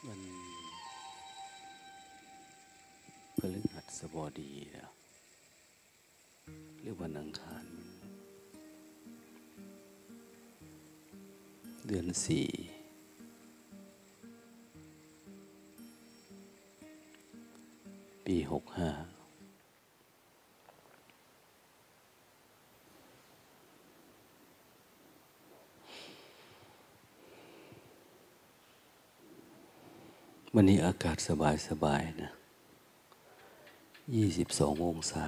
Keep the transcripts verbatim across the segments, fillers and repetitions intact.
วันพฤหัสบดีนะหรือวันอังคารเดือนสี่ปีหกห้าวันนี้อากาศสบายสบายนะยี่สิบสององศา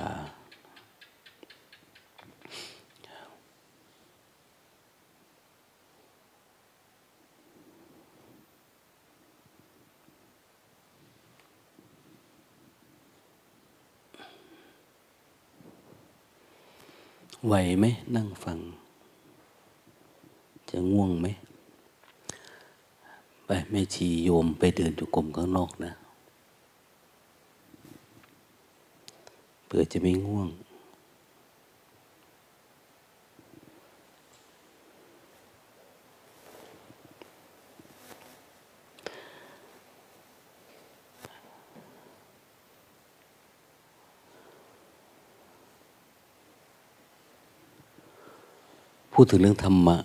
ไหวไหมนั่งฟังจะง่วงไหมไปแม่ชีโยมไปเดินจุกรมข้างนอกนะเพื่อจะไม่ง่วงพูดถึงเรื่องธรรมะ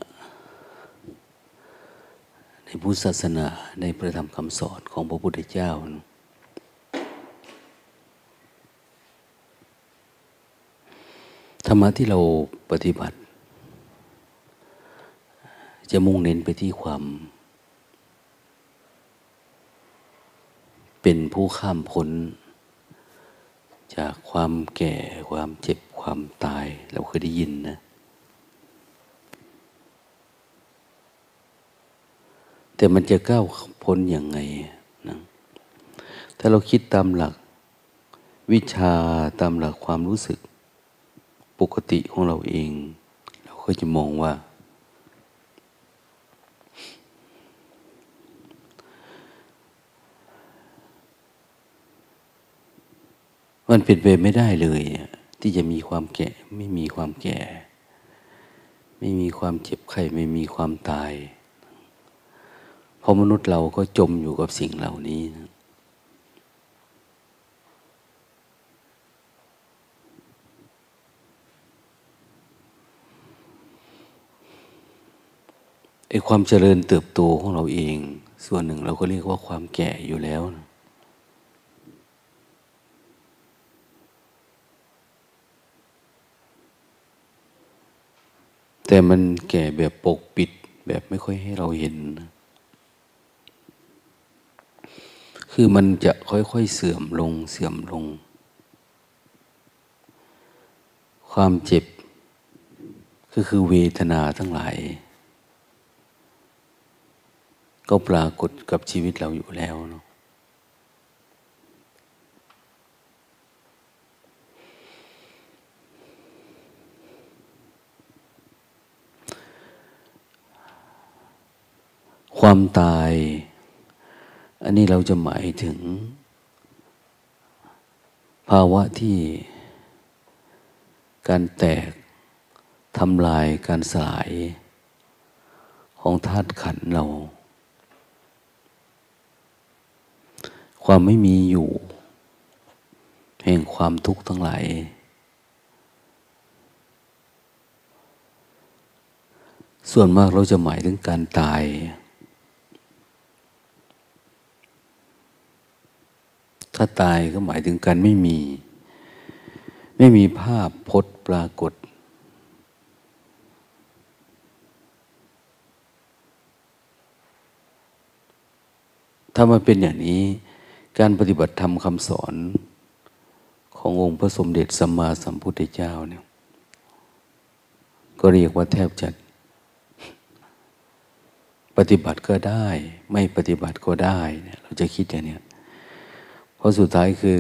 ในพุทธศาสนาในพระธรรมคำสอนของพระพุทธเจ้าธรรมะที่เราปฏิบัติจะมุ่งเน้นไปที่ความเป็นผู้ข้ามพ้นจากความแก่ความเจ็บความตายเราเคยได้ยินนะแต่มันจะก้าวพ้นยังไงนะถ้าเราคิดตามหลักวิชาตามหลักความรู้สึกปกติของเราเองเราก็จะมองว่ามันเป็นไปไม่ได้เลยที่จะมีความแก่ไม่มีความแก่ไม่มีความเจ็บไข้ไม่มีความตายเพราะมนุษย์เราก็จมอยู่กับสิ่งเหล่านี้นะไอ้ความเจริญเติบโตของเราเองส่วนหนึ่งเราก็เรียกว่าความแก่อยู่แล้วนะแต่มันแก่แบบปกปิดแบบไม่ค่อยให้เราเห็นนะคือมันจะค่อยๆเสื่อมลงเสื่อมลงความเจ็บก็คือเวทนาทั้งหลายก็ปรากฏกับชีวิตเราอยู่แล้วเนาะความตายอันนี้เราจะหมายถึงภาวะที่การแตกทำลายการสลายของธาตุขันธ์เราความไม่มีอยู่แห่งความทุกข์ทั้งหลายส่วนมากเราจะหมายถึงการตายถ้าตายก็หมายถึงการไม่มีไม่มีภาพพจน์ปรากฏถ้ามันเป็นอย่างนี้การปฏิบัติธรรมคำสอนขององค์พระสมเด็จสัมมาสัมพุทธเจ้าเนี่ยก็เรียกว่าแทบจะปฏิบัติก็ได้ไม่ปฏิบัติก็ได้เนี่ยเราจะคิดอย่างนี้เพราะสุดท้ายคือ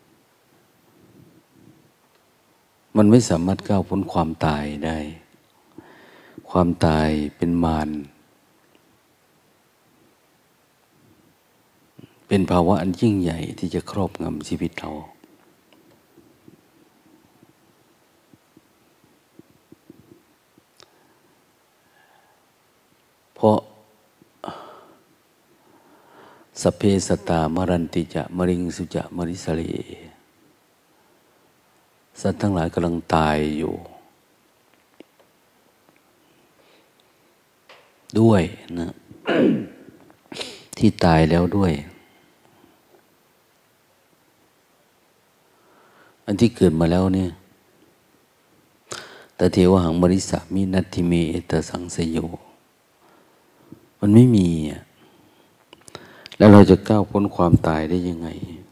มันไม่สามารถก้าวพ้นความตายได้ความตายเป็นมารเป็นภาวะอันยิ่งใหญ่ที่จะครอบงำชีวิตเราเพราะสัพเพสัตตามรันติจะมริงสุจะมริสเลสัตว์ทั้งหลายกำลังตายอยู่ด้วยนะ ที่ตายแล้วด้วยอันที่เกิดมาแล้วเนี่ยตเทวหังมริสามินัตถิเมเอตสังสโยมันไม่มีอ่ะแล้วเราจะก้าวพ้นความตายได้ยังไง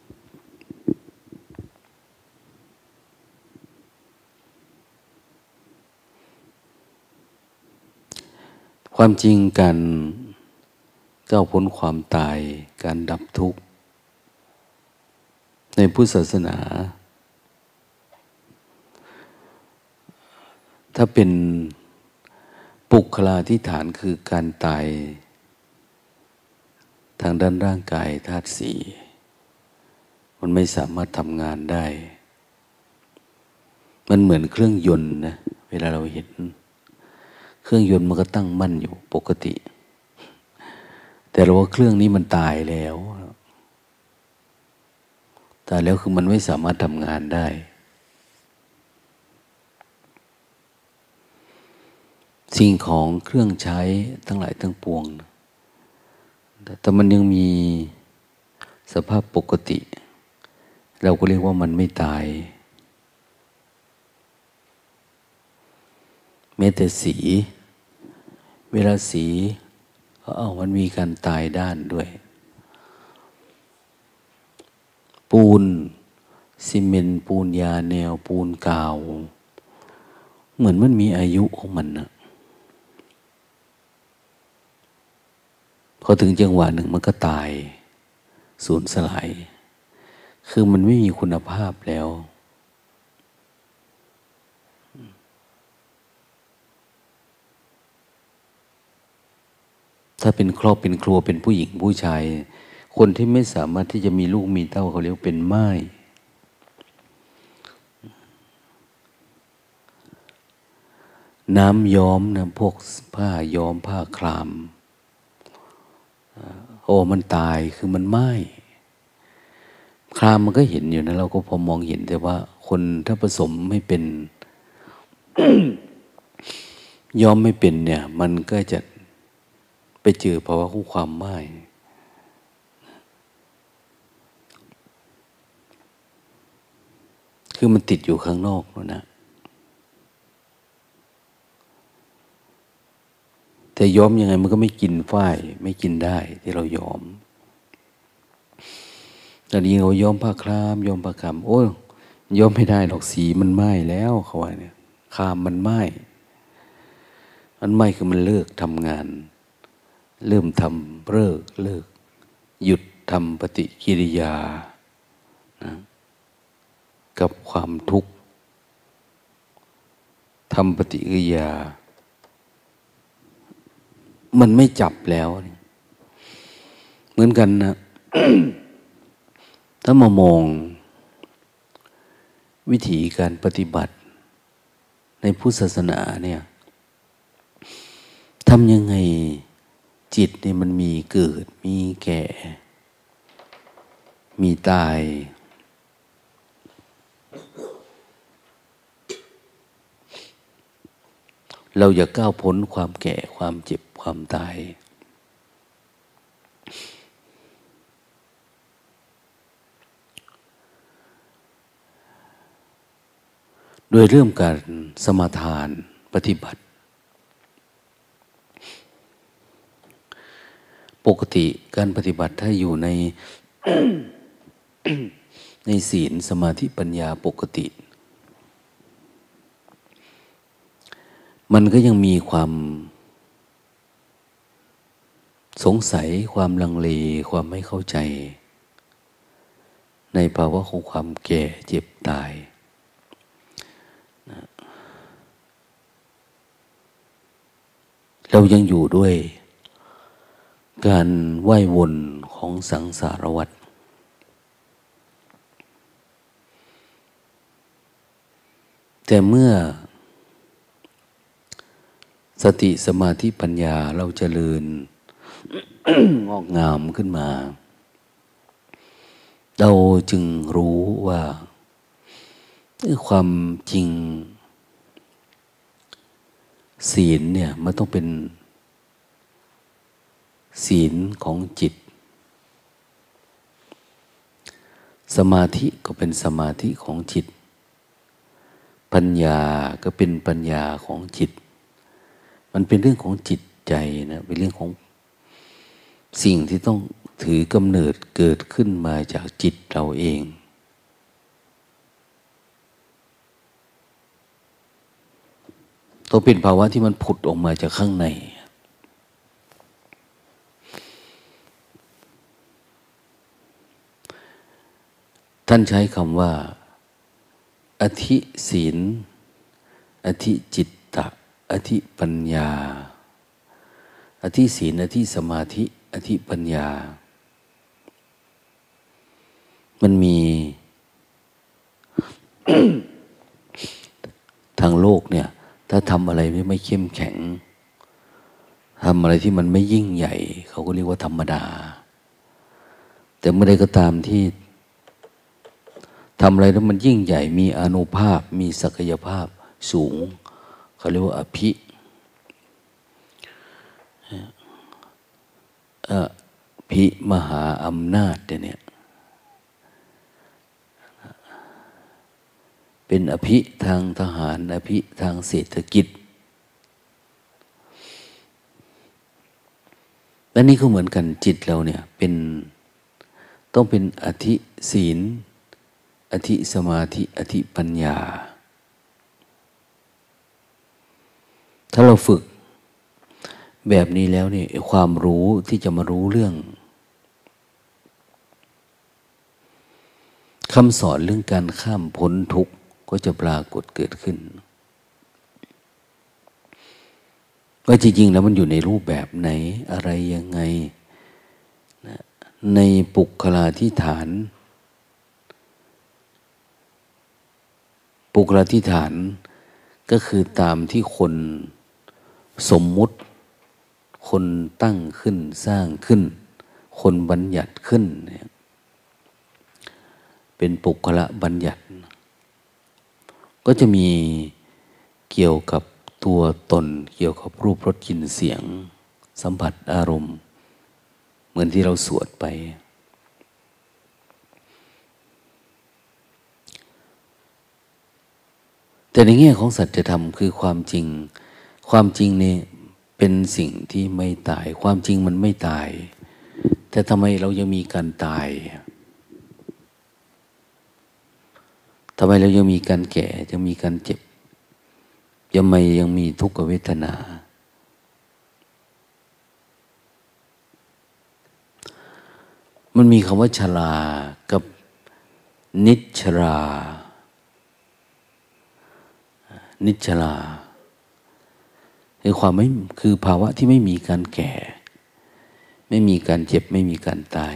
ความจริงการก้าวพ้นความตายการดับทุกข์ในพุทธศาสนาถ้าเป็นปุคลาธิฐานคือการตายทางด้านร่างกายธาตุสี่มันไม่สามารถทำงานได้มันเหมือนเครื่องยนต์นะเวลาเราเห็นเครื่องยนต์มันก็ตั้งมั่นอยู่ปกติแต่เราว่าเครื่องนี้มันตายแล้วตายแล้วคือมันไม่สามารถทำงานได้สิ่งของเครื่องใช้ทั้งหลายทั้งปวงแต่มันยังมีสภาพปกติเราก็เรียกว่ามันไม่ตายแม้แต่สีเวลาสีเอ้ามันมีการตายด้านด้วยปูนซีเมนต์ปูนยาแนวปูนกาวเหมือนมันมีอายุของมันนะพอถึงจังหวะหนึ่งมันก็ตายสูญสลายคือมันไม่มีคุณภาพแล้วถ้าเป็นครอบเป็นครัวเป็นผู้หญิงผู้ชายคนที่ไม่สามารถที่จะมีลูกมีเต้าเขาเรียกเป็นม่ายน้ำย้อมนะพวกผ้าย้อมผ้าคลามโอ้มันตายคือมันไหม้ครามมันก็เห็นอยู่นะเราก็พอมองเห็นแต่ว่าคนถ้าผสมไม่เป็น ย้อมไม่เป็นเนี่ยมันก็จะไปเจอภาวะของความไหม้คือมันติดอยู่ข้างนอกแล้วนะแต่ย้อมยังไงมันก็ไม่กินฝ้ายไม่กินได้ที่เราย้อมตอนนี้เราย้อมผ้าครามย้อมผ้าคามโอ้ยย้อมไม่ได้หรอกสีมันไหม้แล้วเขาว่าเนี่ยครามมันไหม้มันไหม้คือมันเลิกทำงานเริ่มทำเลิกเลิกหยุดทำปฏิกิริยานะกับความทุกข์ทำปฏิกิริยามันไม่จับแล้วเหมือนกันนะ ถ้ามามองวิธีการปฏิบัติในพุทธศาสนาเนี่ยทำยังไงจิตเนี่ยมันมีเกิดมีแก่มีตายเราอย่าก้าวพ้นความแก่ความเจ็บความตายโดยเริ่มการสมาทานปฏิบัติปกติการปฏิบัติถ้าอยู่ใน ในศีลสมาธิปัญญาปกติมันก็ยังมีความสงสัยความลังเลความไม่เข้าใจในภาวะของความแก่เจ็บตายนะเรายังอยู่ด้วยการว่ายวนของสังสารวัฏแต่เมื่อสติสมาธิปัญญาเราเจริญ งอกงามขึ้นมาเราจึงรู้ว่าความจริงศีลเนี่ยมันต้องเป็นศีลของจิตสมาธิก็เป็นสมาธิของจิตปัญญาก็เป็นปัญญาของจิตมันเป็นเรื่องของจิตใจนะเป็นเรื่องของสิ่งที่ต้องถือกำเนิดเกิดขึ้นมาจากจิตเราเองต้องเป็นภาวะที่มันผุดออกมาจากข้างในท่านใช้คำว่าอธิศีลอธิจิตตะอธิปัญญาอธิศีลอธิสมาธิอธิปัญญามันมี ทางโลกเนี่ยถ้าทำอะไรไม่เข้มแข็งทำอะไรที่มันไม่ยิ่งใหญ่เขาก็เรียกว่าธรรมดาแต่เมื่อใดก็ตามที่ทำอะไรแล้วมันยิ่งใหญ่มีอานุภาพมีศักยภาพสูงเขาเรียกว่าอภิอภิมหาอำนาจเนี่ยเป็นอภิทางทหารอภิทางเศรษฐกิจและนี่ก็เหมือนกันจิตเราเนี่ยเป็นต้องเป็นอธิศีลอธิสมาธิอธิปัญญาถ้าเราฝึกแบบนี้แล้วเนี่ยความรู้ที่จะมารู้เรื่องคำสอนเรื่องการข้ามพ้นทุกข์ก็จะปรากฏเกิดขึ้นว่าจริงๆแล้วมันอยู่ในรูปแบบไหนอะไรยังไงนะในปุคลาธิฐานปุคลาธิฐานก็คือตามที่คนสมมุติคนตั้งขึ้นสร้างขึ้นคนบัญญัติขึ้นเนี่ยเป็นปุคละบัญญัติก็จะมีเกี่ยวกับตัวตนเกี่ยวกับรูปรสกลิ่นเสียงสัมผัสอารมณ์เหมือนที่เราสวดไปแต่ในแง่ของสัจธรรมคือความจริงความจริงเนี่ยเป็นสิ่งที่ไม่ตายความจริงมันไม่ตายแต่ทำไมเรายังมีการตายทำไมเรายังมีการแก่ยังมีการเจ็บยังไม่ยังมีทุกขเวทนามันมีคำว่าชรากับนิชรานิชราคือความไม่คือภาวะที่ไม่มีการแก่ไม่มีการเจ็บไม่มีการตาย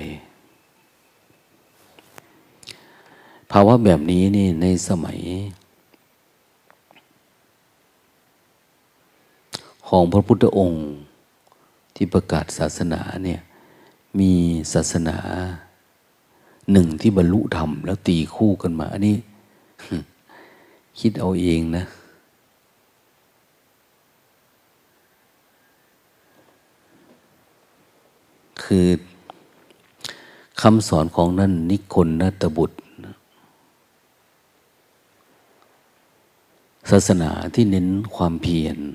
ภาวะแบบนี้นี่ในสมัยของพระพุทธองค์ที่ประกาศศาสนาเนี่ยมีศาสนาหนึ่งที่บรรลุธรรมแล้วตีคู่กันมาอันนี้คิดเอาเองนะคือคำสอนของนั่นนิคลนัตบุตรศาสนาที่เน้นความเพียร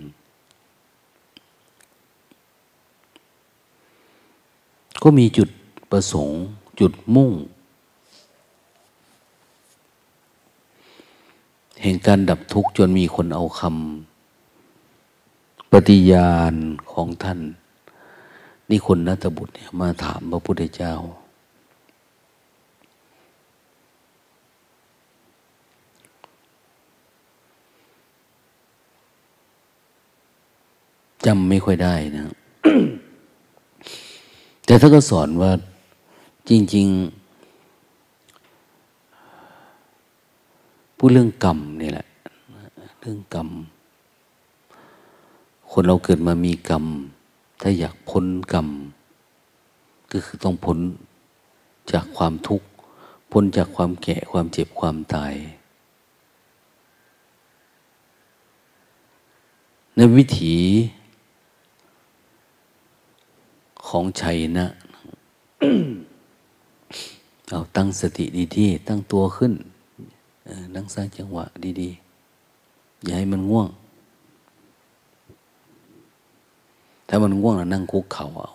ก็มีจุดประสงค์จุดมุ่งแห่งการดับทุกข์จนมีคนเอาคำปฏิญาณของท่านนิคลนัตบุตรเนี่ยมาถามพระพุทธเจ้าจำไม่ค่อยได้นะ แต่ท่านก็สอนว่าจริงๆพูดเรื่องกรรมนี่แหละเรื่องกรรมคนเราเกิดมามีกรรมถ้าอยากพ้นกรรมก็คือต้องพ้นจากความทุกข์พ้นจากความแก่ความเจ็บความตายในวิถีของชัยนะ เอาตั้งสติดีๆตั้งตัวขึ้นนั่งสร้างจังหวะดีๆอย่าให้มันง่วงถ้ามันง่วงเรานั่งคุกเข่าเอา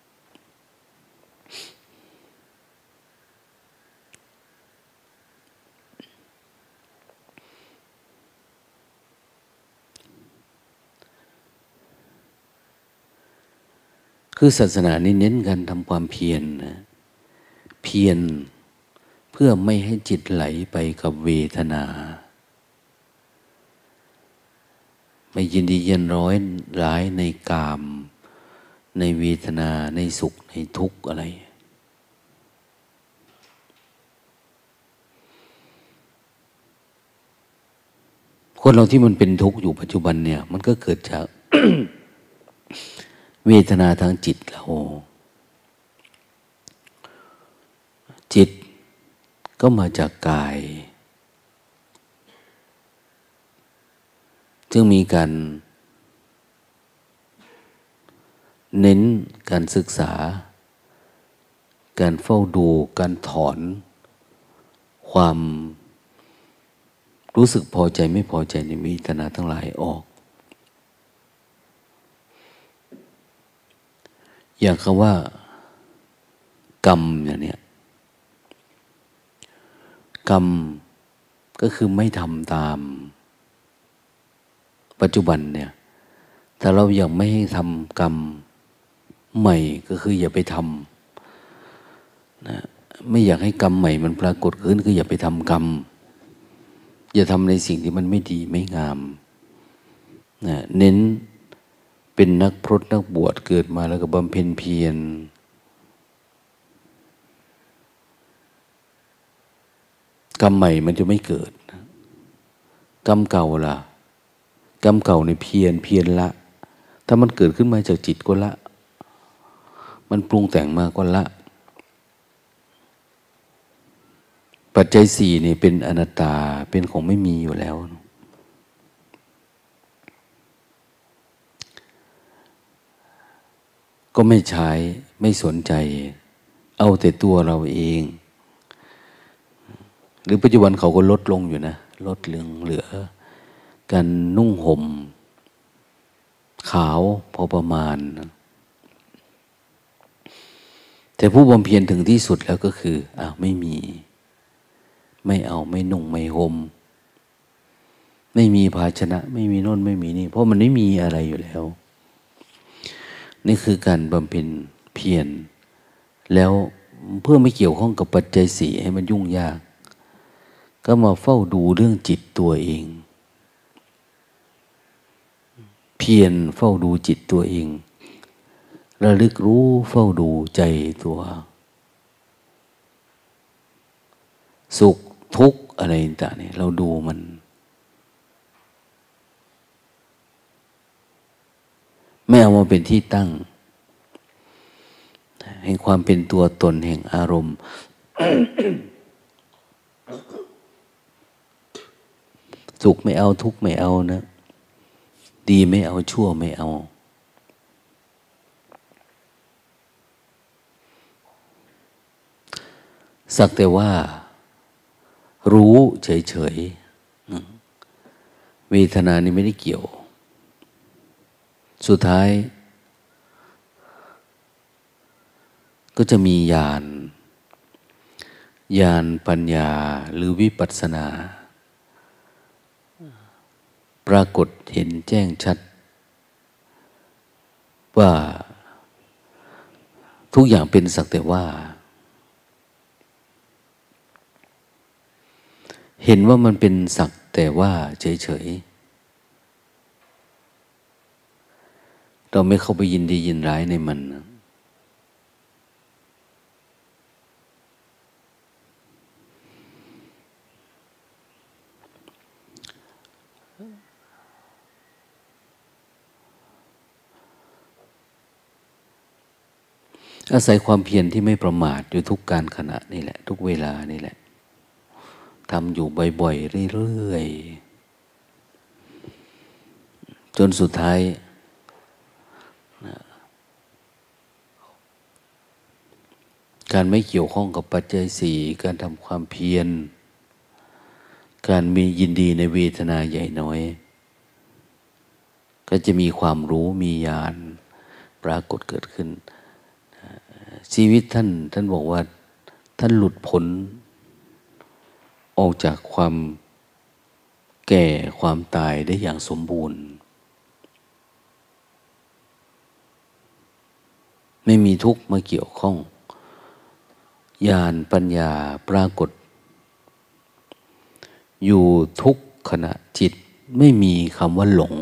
คือศาสนานี้เน้นการทำความเพียรนะเพียรเพื่อไม่ให้จิตไหลไปกับเวทนาไม่ยินดียินร้อยร้ายในกามในเวทนาในสุขในทุกข์อะไรคนเราที่มันเป็นทุกข์อยู่ปัจจุบันเนี่ยมันก็เกิดจาก เวทนาทางจิตเราจิตก็มาจากกายจึงมีการเน้นการศึกษาการเฝ้าดูการถอนความรู้สึกพอใจไม่พอใจในเวทนาทั้งหลายออกอย่างคำว่ากรรมอย่างเนี้ยกรรมก็คือไม่ทำตามปัจจุบันเนี่ยถ้าเราอยากไม่ให้ทำกรรมใหม่ก็คืออย่าไปทำนะไม่อยากให้กรรมใหม่มันปรากฏขึ้นคืออย่าไปทำกรรมอย่าทำในสิ่งที่มันไม่ดีไม่งามนะเน้นเป็นนักพรตนักบวชเกิดมาแล้วก็บำเพ็ญเพียรกรรมใหม่มันจะไม่เกิดกรรมเก่าล่ะกรรมเก่าในเพียรเพียรละถ้ามันเกิดขึ้นมาจากจิตก็ละมันปรุงแต่งมาก็ละปัจจัยสี่นี่เป็นอนัตตาเป็นของไม่มีอยู่แล้วก็ไม่ใช้ไม่สนใจเอาแต่ตัวเราเองหรือปัจจุบันเขาก็ลดลงอยู่นะลดเหลืองเหลือการนุ่งห่มขาวพอประมาณแต่ผู้บำเพ็ญถึงที่สุดแล้วก็คืออ้าวไม่มีไม่เอาไม่นุ่งไม่ห่มไม่มีภาชนะไม่มีโน่นไม่มีนี่เพราะมันไม่มีอะไรอยู่แล้วนี่คือการบำเพ็ญเพียรแล้วเพื่อไม่เกี่ยวข้องกับปัจจัยสี่ให้มันยุ่งยากก็มาเฝ้าดูเรื่องจิตตัวเองเพียรเฝ้าดูจิตตัวเองระลึกรู้เฝ้าดูใจตัวสุขทุกข์อะไรต่างๆเนี่ยเราดูมันไม่เอามาเป็นที่ตั้งแห่งความเป็นตัวตนแห่งอารมณ์ สุขไม่เอาทุกข์ไม่เอานะดีไม่เอาชั่วไม่เอาสักแต่ว่ารู้เฉยๆเวทนานี่ไม่ได้เกี่ยวสุดท้ายก็จะมีญาณญาณปัญญาหรือวิปัสสนาปรากฏเห็นแจ้งชัดว่าทุกอย่างเป็นสักแต่ว่าเห็นว่ามันเป็นสักแต่ว่าเฉยๆเราไม่เข้าไปยินดียินร้ายในมันอาศัยความเพียรที่ไม่ประมาทอยู่ทุกการขณะนี่แหละทุกเวลานี่แหละทำอยู่บ่อยๆเรื่อยๆจนสุดท้ายการไม่เกี่ยวข้องกับปัจจัยสี่การทำความเพียรการมียินดีในเวทนาใหญ่น้อยก็จะมีความรู้มีญาณปรากฏเกิดขึ้นชีวิตท่านท่านบอกว่าท่านหลุดพ้นออกจากความแก่ความตายได้อย่างสมบูรณ์ไม่มีทุกข์มาเกี่ยวข้องญาณปัญญาปรากฏอยู่ทุกขณะจิตไม่มีคำว่าหลง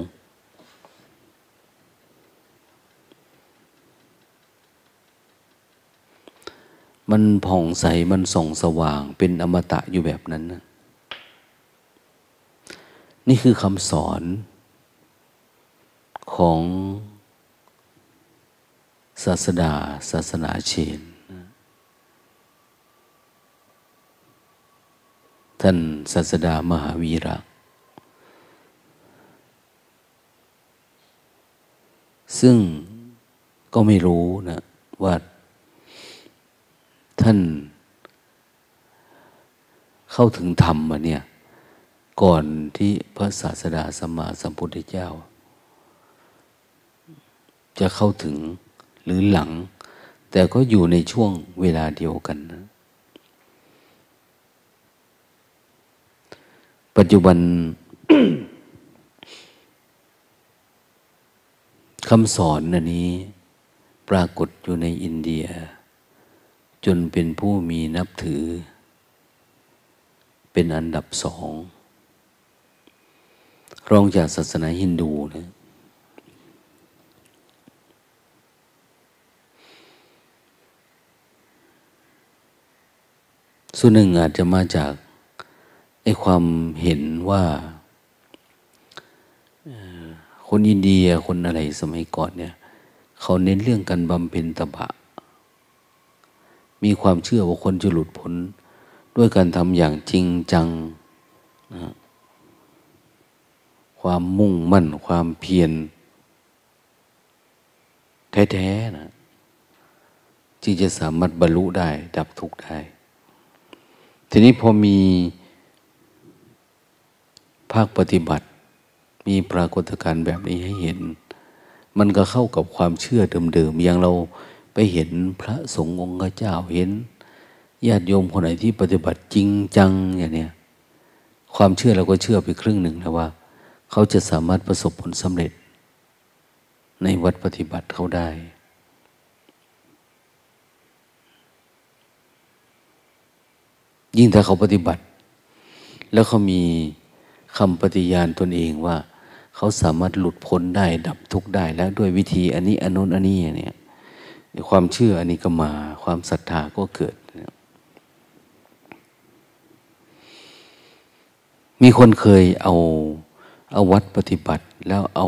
มันผ่องใสมันส่องสว่างเป็นอมตะอยู่แบบนั้นนะนี่คือคำสอนของศาสดาศาสนาเชนท่านศาสดามหาวีระซึ่งก็ไม่รู้นะว่าท่านเข้าถึงธรรมมาเนี่ยก่อนที่พระศาสดาสัมมาสัมพุทธเจ้าจะเข้าถึงหรือหลังแต่ก็อยู่ในช่วงเวลาเดียวกันนะปัจจุบัน คำสอนอันนี้ปรากฏอยู่ในอินเดียจนเป็นผู้มีนับถือเป็นอันดับสองรองจากศาสนาฮินดูนะส่วนหนึ่งอาจจะมาจากไอ้ความเห็นว่าคนอินเดียคนอะไรสมัยก่อนเนี่ยเขาเน้นเรื่องการบำเพ็ญตบะมีความเชื่อว่าคนจะหลุดพ้นด้วยการทำอย่างจริงจังนะความมุ่งมั่นความเพียรแท้ๆนะที่จะสามารถบรรลุได้ดับทุกข์ได้ทีนี้พอมีภาคปฏิบัติมีปรากฏการณ์แบบนี้ให้เห็นมันก็เข้ากับความเชื่อเดิมๆอย่างเราไปเห็นพระสงฆ์องค์เจ้าเห็นญาติโยมคนไหนที่ปฏิบัติจริงจังอย่างเนี้ยความเชื่อเราก็เชื่อไปครึ่งหนึ่งแล้วว่าเขาจะสามารถประสบผลสำเร็จในวัดปฏิบัติเขาได้ยิ่งถ้าเขาปฏิบัติแล้วเขามีคำปฏิญาณตนเองว่าเขาสามารถหลุดพ้นได้ดับทุกข์ได้แล้วด้วยวิธีอันนี้อันโน้นอันนี้เนี่ยความเชื่ออันนี้ก็มาความศรัทธาก็เกิดมีคนเคยเอาเอาวัดปฏิบัติแล้วเอา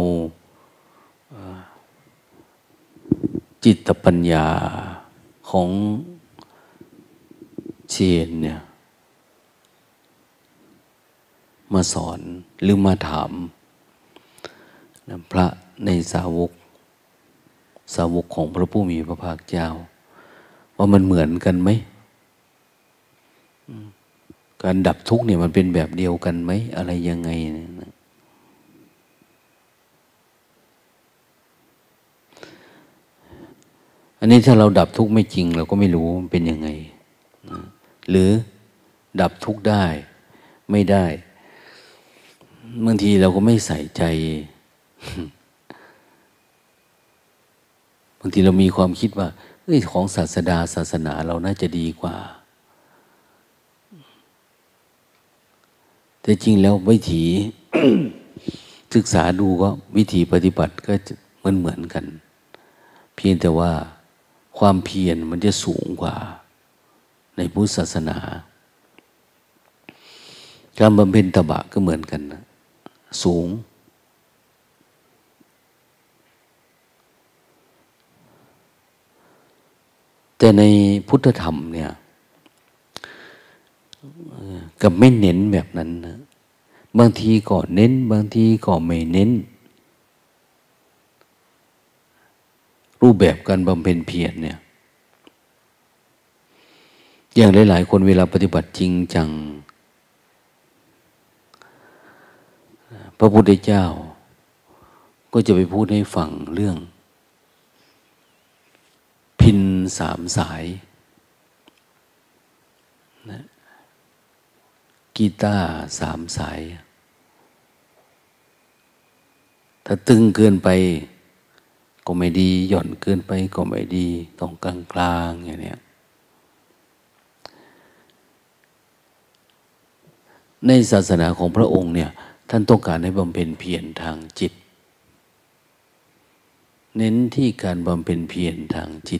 จิตปัญญาของเชนเนี่ยมาสอนหรือมาถามพระในสาวกสาวกของพระผู้มีพระภาคเจ้าว่ามันเหมือนกันไหมการดับทุกข์เนี่ยมันเป็นแบบเดียวกันไหมอะไรยังไงนะอันนี้ถ้าเราดับทุกข์ไม่จริงเราก็ไม่รู้มันเป็นยังไงนะหรือดับทุกข์ได้ไม่ได้บางทีเราก็ไม่ใส่ใจบางทีเรามีความคิดว่าเอ้ยของศาสดาศาสนาเราน่าจะดีกว่าแต่จริงแล้ววิถี ศึกษาดูก็วิธีปฏิบัติก็เหมือนเหมือนกันเพียงแต่ว่าความเพียรมันจะสูงกว่าในพุทธศาสนาการบำเพ็ญตบะก็เหมือนกันนะสูงแต่ในพุทธธรรมเนี่ยกับไม่เน้นแบบนั้นนะบางทีก็เน้นบางทีก็ไม่เน้นรูปแบบการบำเพ็ญเพียรเนี่ยอย่างหลายๆคนเวลาปฏิบัติจริงจังพระพุทธเจ้าก็จะไปพูดให้ฟังเรื่องพิณสามสายนะกีตาร์สามสายถ้าตึงเกินไปก็ไม่ดีหย่อนเกินไปก็ไม่ดีต้องกลางกลางอย่างเนี้ยในศาสนาของพระองค์เนี่ยท่านต้องการให้บำเพ็ญเพียรทางจิตเน้นที่การบำเพ็ญเพียรทางจิต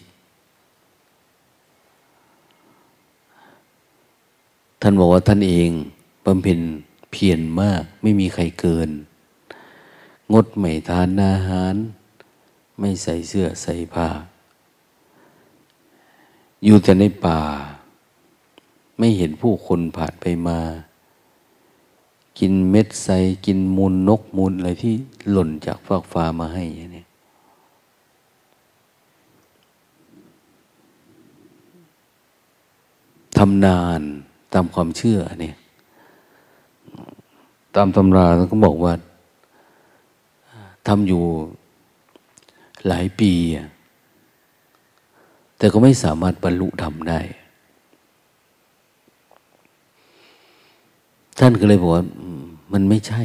ท่านบอกว่าท่านเองบำเพ็ญเพียรมากไม่มีใครเกินงดไม่ทานอาหารไม่ใส่เสื้อใส่ผ้าอยู่แต่ในป่าไม่เห็นผู้คนผ่านไปมากินเม็ดไทรกินมูลนกมูลอะไรที่หล่นจากฟากฟ้ามาให้เนี่ยทำนานตามความเชื่อเนี่ยตามตำราเขาก็บอกว่าทำอยู่หลายปีแต่ก็ไม่สามารถบรรลุธรรมได้ท่านก็เลยบอกว่ามันไม่ใช่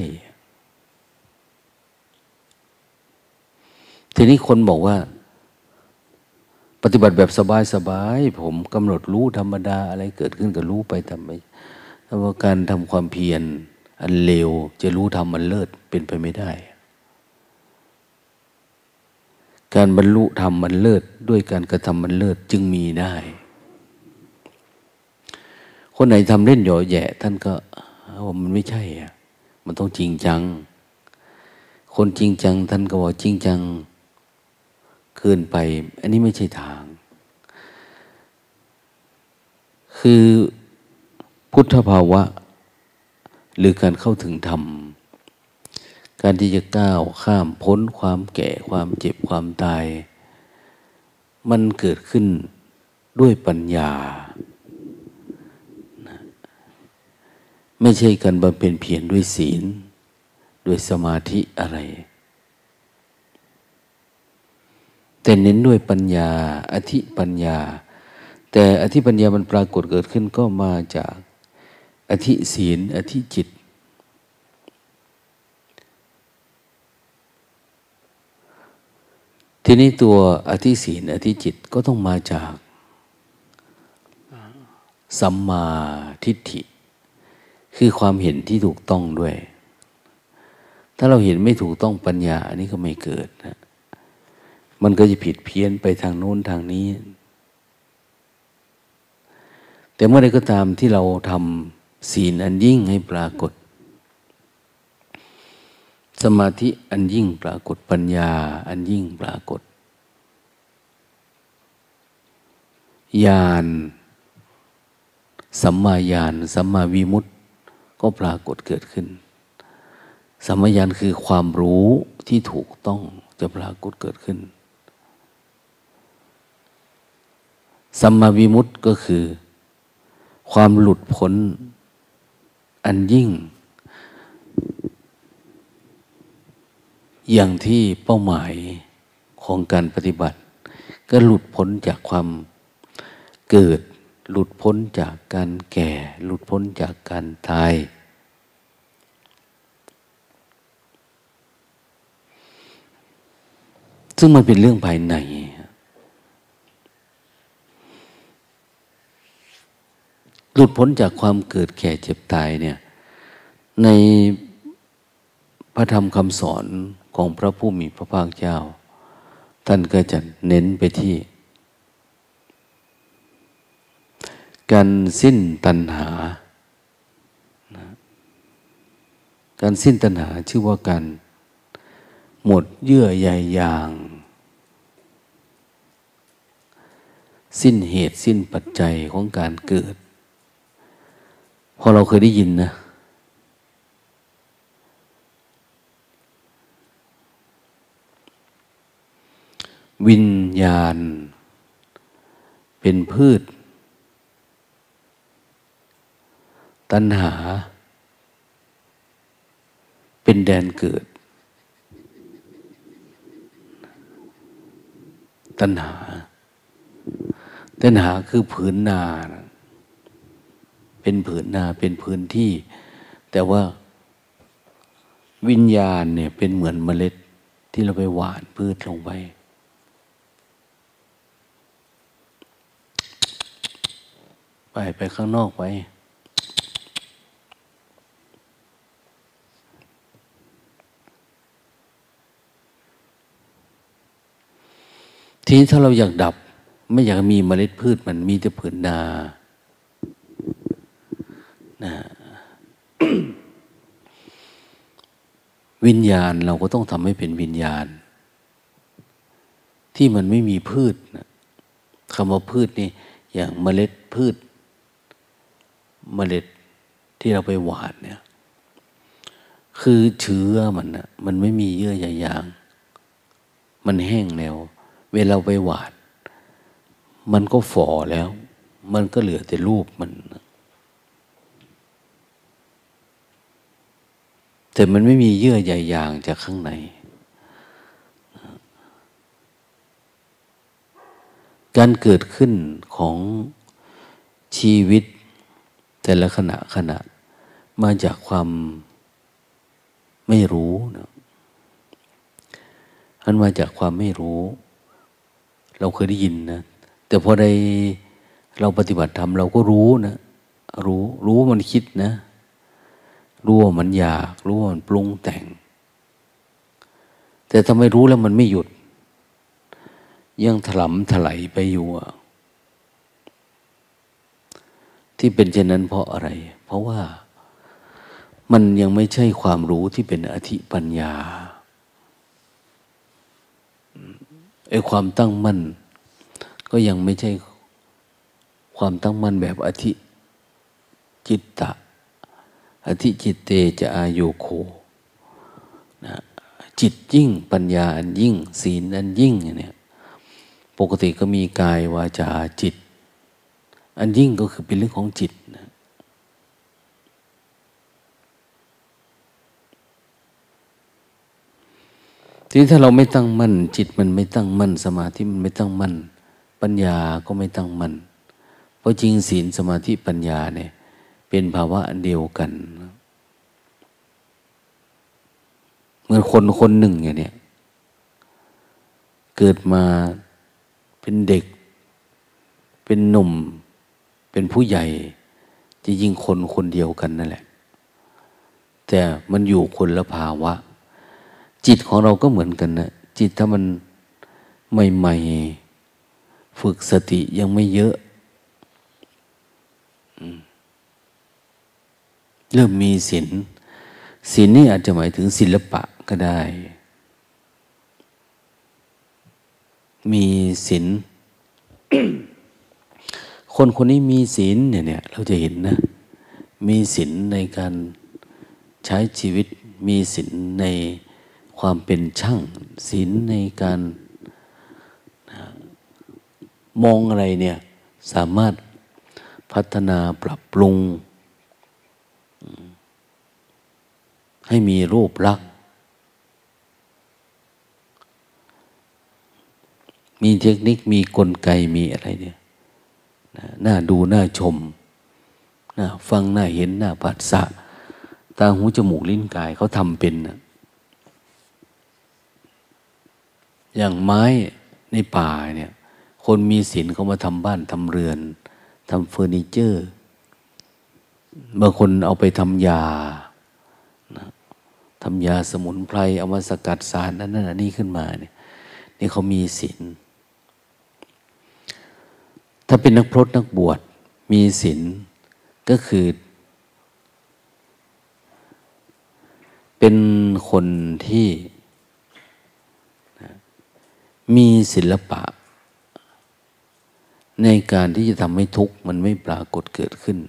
ทีนี้คนบอกว่าปฏิบัติแบบสบายๆผมกำหนดรู้ธรรมดาอะไรเกิดขึ้นก็รู้ไปทำไปแต่ว่าการทำความเพียรอันเลวจะรู้ธรรมอันเลิศเป็นไปไม่ได้การบรรลุธรรมมันเลิศด้วยการกระทำมันเลิศจึงมีได้คนไหนทำเล่นหย่อแย่ท่านก็ว่ามันไม่ใช่อ่ะมันต้องจริงจังคนจริงจังท่านก็บอกจริงจังเกินไปอันนี้ไม่ใช่ทางคือพุทธภาวะหรือการเข้าถึงธรรมการที่จะก้าวข้ามพ้นความแก่ความเจ็บความตายมันเกิดขึ้นด้วยปัญญานะไม่ใช่การบำเพ็ญเพียรด้วยศีลด้วยสมาธิอะไรแต่เน้นด้วยปัญญาอธิปัญญาแต่อธิปัญญามันปรากฏเกิดขึ้นก็มาจากอธิศีลอธิจิตทีนี้ตัวอธิศีลอธิจิตก็ต้องมาจากสัมมาทิฏฐิคือความเห็นที่ถูกต้องด้วยถ้าเราเห็นไม่ถูกต้องปัญญาอันนี้ก็ไม่เกิดนะมันก็จะผิดเพี้ยนไปทางโน้นทางนี้แต่เมื่อใดก็ตามที่เราทำศีลอันยิ่งให้ปรากฏสมาธิอันยิ่งปรากฏปัญญาอันยิ่งปรากฏญาณสัมมาญาณสัมมาวิมุตติก็ปรากฏเกิดขึ้นสัมมาญาณคือความรู้ที่ถูกต้องจะปรากฏเกิดขึ้นสัมมาวิมุตติก็คือความหลุดพ้นอันยิ่งอย่างที่เป้าหมายของการปฏิบัติก็หลุดพ้นจากความเกิดหลุดพ้นจากการแก่หลุดพ้นจากการตายซึ่งมันเป็นเรื่องภายในหลุดพ้นจากความเกิดแก่เจ็บตายเนี่ยในพระธรรมคำสอนของพระผู้มีพระภาคเจ้าท่านก็จะเน้นไปที่การสิ้นตัณหาการสิ้นตัณหาชื่อว่าการหมดเยื่อใยยางสิ้นเหตุสิ้นปัจจัยของการเกิดพอเราเคยได้ยินนะวิญญาณเป็นพืชตัณหาเป็นแดนเกิดตัณหาตัณหาคือผืนนาเป็นผืนนาเป็นพื้นที่แต่ว่าวิญญาณเนี่ยเป็นเหมือนเมล็ดที่เราไปหว่านพืชลงไปไปไปข้างนอกไปทีนี้ถ้าเราอยากดับไม่อยากมีเมล็ดพืชมันมีแต่ผืนนานะ วิญญาณเราก็ต้องทำให้เป็นวิญญาณที่มันไม่มีพืชนะคำว่าพืชนี่อย่างเมล็ดพืชเมล็ดที่เราไปหว่านเนี่ยคือเชื้อมันนะมันไม่มีเยื่อใยยางมันแห้งแล้วเวลาไปหว่านมันก็ฝ่อแล้วมันก็เหลือแต่รูปมันแต่มันไม่มีเยื่อใยยางจากข้างในการเกิดขึ้นของชีวิตแต่ละขณะขณะมาจากความไม่รู้นะมันมาจากความไม่รู้เราเคยได้ยินนะแต่พอได้เราปฏิบัติธรรมเราก็รู้นะรู้รู้ว่ามันคิดนะรู้ว่ามันอยากรู้ว่ามันปรุงแต่งแต่ถ้าไม่รู้แล้วมันไม่หยุดยังถลำถลายไปอยู่ที่เป็นเช่นนั้นเพราะอะไรเพราะว่ามันยังไม่ใช่ความรู้ที่เป็นอธิปัญญาไอ้ความตั้งมั่นก็ยังไม่ใช่ความตั้งมั่นแบบอธิจิตตะอธิจิตเตจะอาโยโคนะจิตยิ่งปัญญาอันยิ่งศีลอันยิ่งเนี่ยปกติก็มีกายวาจาจิตอันยิ่งก็คือเป็นเรื่องของจิตนะทีนี้ถ้าเราไม่ตั้งมั่นจิตมันไม่ตั้งมั่นสมาธิมันไม่ตั้งมั่นปัญญาก็ไม่ตั้งมั่นเพราะจริงศีลสมาธิปัญญาเนี่ยเป็นภาวะอันเดียวกันเหมือนคนคนหนึ่งอย่างเนี้ยเกิดมาเป็นเด็กเป็นหนุ่มเป็นผู้ใหญ่จริงๆคนคนเดียวกันนั่นแหละแต่มันอยู่คนละภาวะจิตของเราก็เหมือนกันนะจิตถ้ามันใหม่ๆฝึกสติยังไม่เยอะเริ่มมีศีลศีลนี่อาจจะหมายถึงศิลปะก็ได้มีศีล คนคนนี้มีศีลเนี่ยเนี่ยเราจะเห็นนะมีศีลในการใช้ชีวิตมีศีลในความเป็นช่างศีลในการมองอะไรเนี่ยสามารถพัฒนาปรับปรุงให้มีรูปลักษณ์มีเทคนิคมีกลไกมีอะไรเนี่ยน่าดูน่าชมน่าฟังน่าเห็นน่าผัสสะตาหูจมูกลิ้นกายเขาทำเป็นนะอย่างไม้ในป่าเนี่ยคนมีศีลเขามาทำบ้านทำเรือนทำเฟอร์นิเจอร์บางคนเอาไปทำยานะทำยาสมุนไพรเอามาสกัดสารนั้นนั่นนี่ขึ้นมาเนี่ยนี่เขามีศีลถ้าเป็นนักพรตนักบวชมีศีลก็คือเป็นคนที่มีศิลปะในการที่จะทำให้ทุกข์มันไม่ปรากฏเกิดขึ้น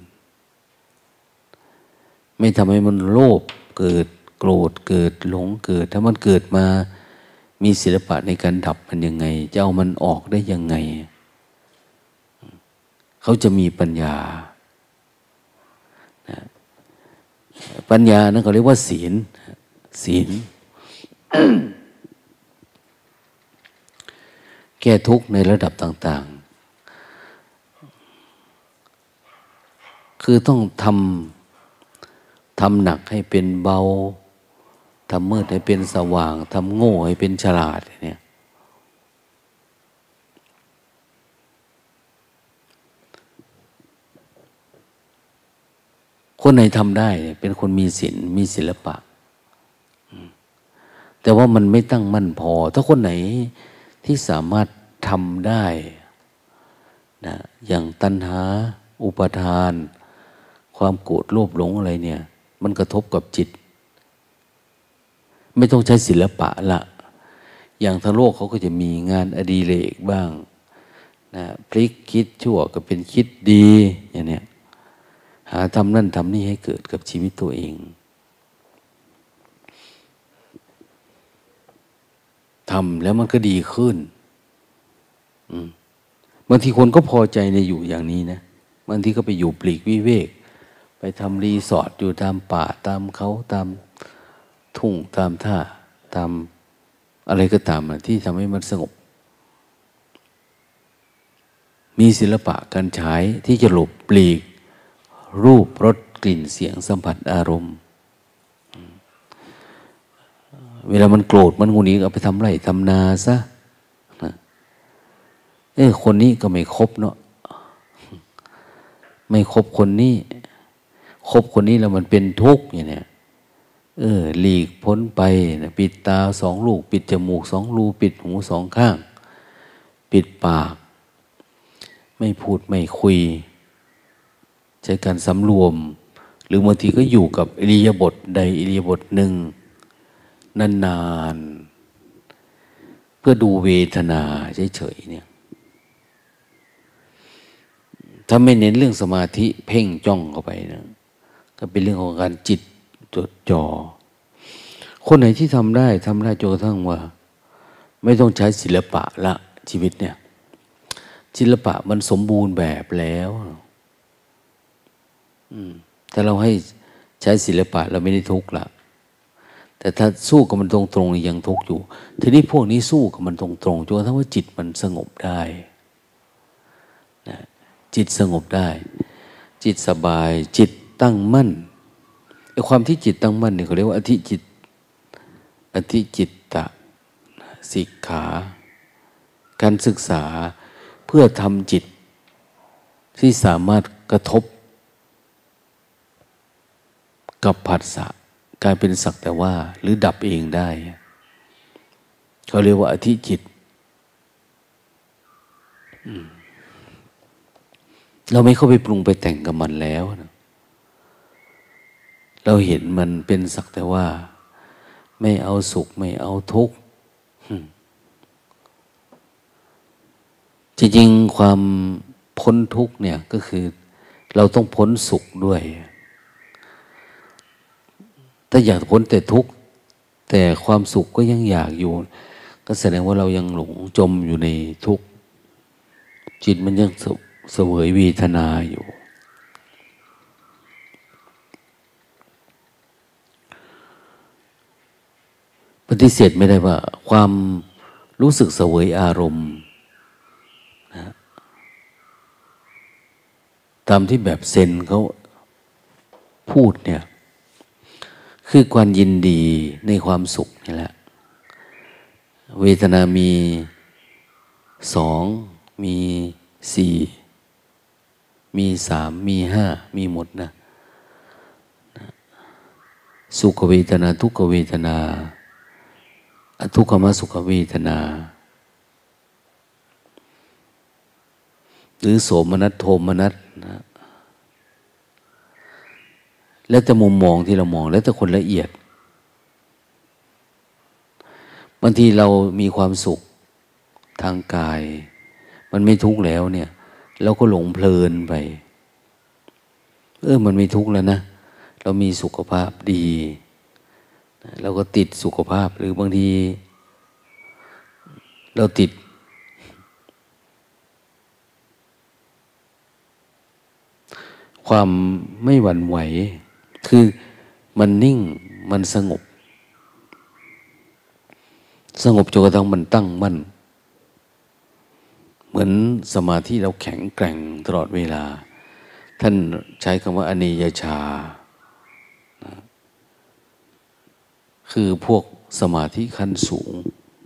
ไม่ทำให้มันโลภเกิดโกรธเกิดหลงเกิดถ้ามันเกิดมามีศิลปะในการดับมันยังไงจะเอามันออกได้ยังไงเขาจะมีปัญญานะปัญญานั่นเขาเรียกว่าศีลศีล แก้ทุกข์ในระดับต่างๆคือต้องทำทำหนักให้เป็นเบาทำมืดให้เป็นสว่างทำโง่ให้เป็นฉลาดเนี่ยคนไหนทำได้เป็นคนมีศีลมีศิลปะแต่ว่ามันไม่ตั้งมั่นพอถ้าคนไหนที่สามารถทำได้นะอย่างตัณหาอุปาทานความโกรธโลภหลงอะไรเนี่ยมันกระทบกับจิตไม่ต้องใช้ศิลปะละอย่างทางโลกเขาก็จะมีงานอดิเรกบ้างนะพลิกคิดชั่วก็เป็นคิดดีอย่างเนี้ยหาทำนั่นทำนี่ให้เกิดกับชีวิตตัวเองทำแล้วมันก็ดีขึ้นบางทีคนก็พอใจในอยู่อย่างนี้นะบางทีก็ไปอยู่ปลีกวิเวกไปทำรีสอร์ทอยู่ตามป่าตามเขาตามทุ่งตามท่าตามอะไรก็ตามนะที่ทำให้มันสงบมีศิลปะการใช้ที่จะหลบปลีกรูปรสกลิ่นเสียงสัมผัสอารมณ์เวลามันโกรธมันงุนงิดเอาไปทำไรทำนาซะนะเออคนนี้ก็ไม่คบเนาะไม่คบคนนี้คบคนนี้แล้วมันเป็นทุกข์อย่างเนี้ยเออหลีกพ้นไปนะปิดตาสองลูกปิดจมูกสองรูปิดหูสองข้างปิดปากไม่พูดไม่คุยใช้การสำรวมหรือบางทีก็อยู่กับอิริยาบถใดอิริยาบถหนึ่งนานๆเพื่อดูเวทนาเฉยๆเนี่ยถ้าไม่เน้นเรื่องสมาธิเพ่งจ้องเข้าไปนะก็เป็นเรื่องของการจิตจดจ่อคนไหนที่ทำได้ทำได้จนกระทั่งว่าไม่ต้องใช้ศิลปะละชีวิตเนี่ยศิลปะมันสมบูรณ์แบบแล้วแต่เราให้ใช้ศิลปะเราไม่ได้ทุกข์ละแต่ถ้าสู้กับมันตรงๆยังทุกข์อยู่ทีนี้พวกนี้สู้กับมันตรงๆจนกระทั่งว่าจิตมันสงบได้นะจิตสงบได้จิตสบายจิตตั้งมั่นไอ้ความที่จิตตั้งมั่นเนี่ยเขาเรียกว่าอธิจิตอธิจิตตะสิกขาการศึกษาเพื่อทำจิตที่สามารถกระทบกับผัสสะกลายเป็นสักแต่ว่าหรือดับเองได้เขาเรียกว่าอธิจิตเราไม่เข้าไปปรุงไปแต่งกับมันแล้วนะเราเห็นมันเป็นสักแต่ว่าไม่เอาสุขไม่เอาทุกข์จริงๆความพ้นทุกข์เนี่ยก็คือเราต้องพ้นสุขด้วยถ้าอยากพ้นแต่ทุกข์แต่ความสุขก็ยังอยากอยู่ก็แสดงว่าเรายังหลงจมอยู่ในทุกข์จิตมันยังเสวยเวทนาอยู่ปฏิเสธไม่ได้ว่าความรู้สึกเสวยอารมณ์นะตามที่แบบเซนเขาพูดเนี่ยคือความยินดีในความสุขนี่แหละเวทนามีสองมีสี่มีสามมีห้ามีหมดนะสุขเวทนาทุกขเวทนาอทุกขมสุขเวทนาหรือโสมนัสโทมนัสนะแล้วแต่มุมมองที่เรามองแล้วแต่คนละเอียดบางทีเรามีความสุขทางกายมันไม่ทุกข์แล้วเนี่ยแล้วก็หลงเพลินไปเออมันไม่ทุกข์แล้วนะเรามีสุขภาพดีเราก็ติดสุขภาพหรือบางทีเราติดความไม่หวั่นไหวคือมันนิ่งมันสงบสงบจนกระทั่งมันตั้งมั่นเหมือนสมาธิเราแข็งแกร่งตลอดเวลาท่านใช้คำว่าอเนยชานะคือพวกสมาธิขั้นสูง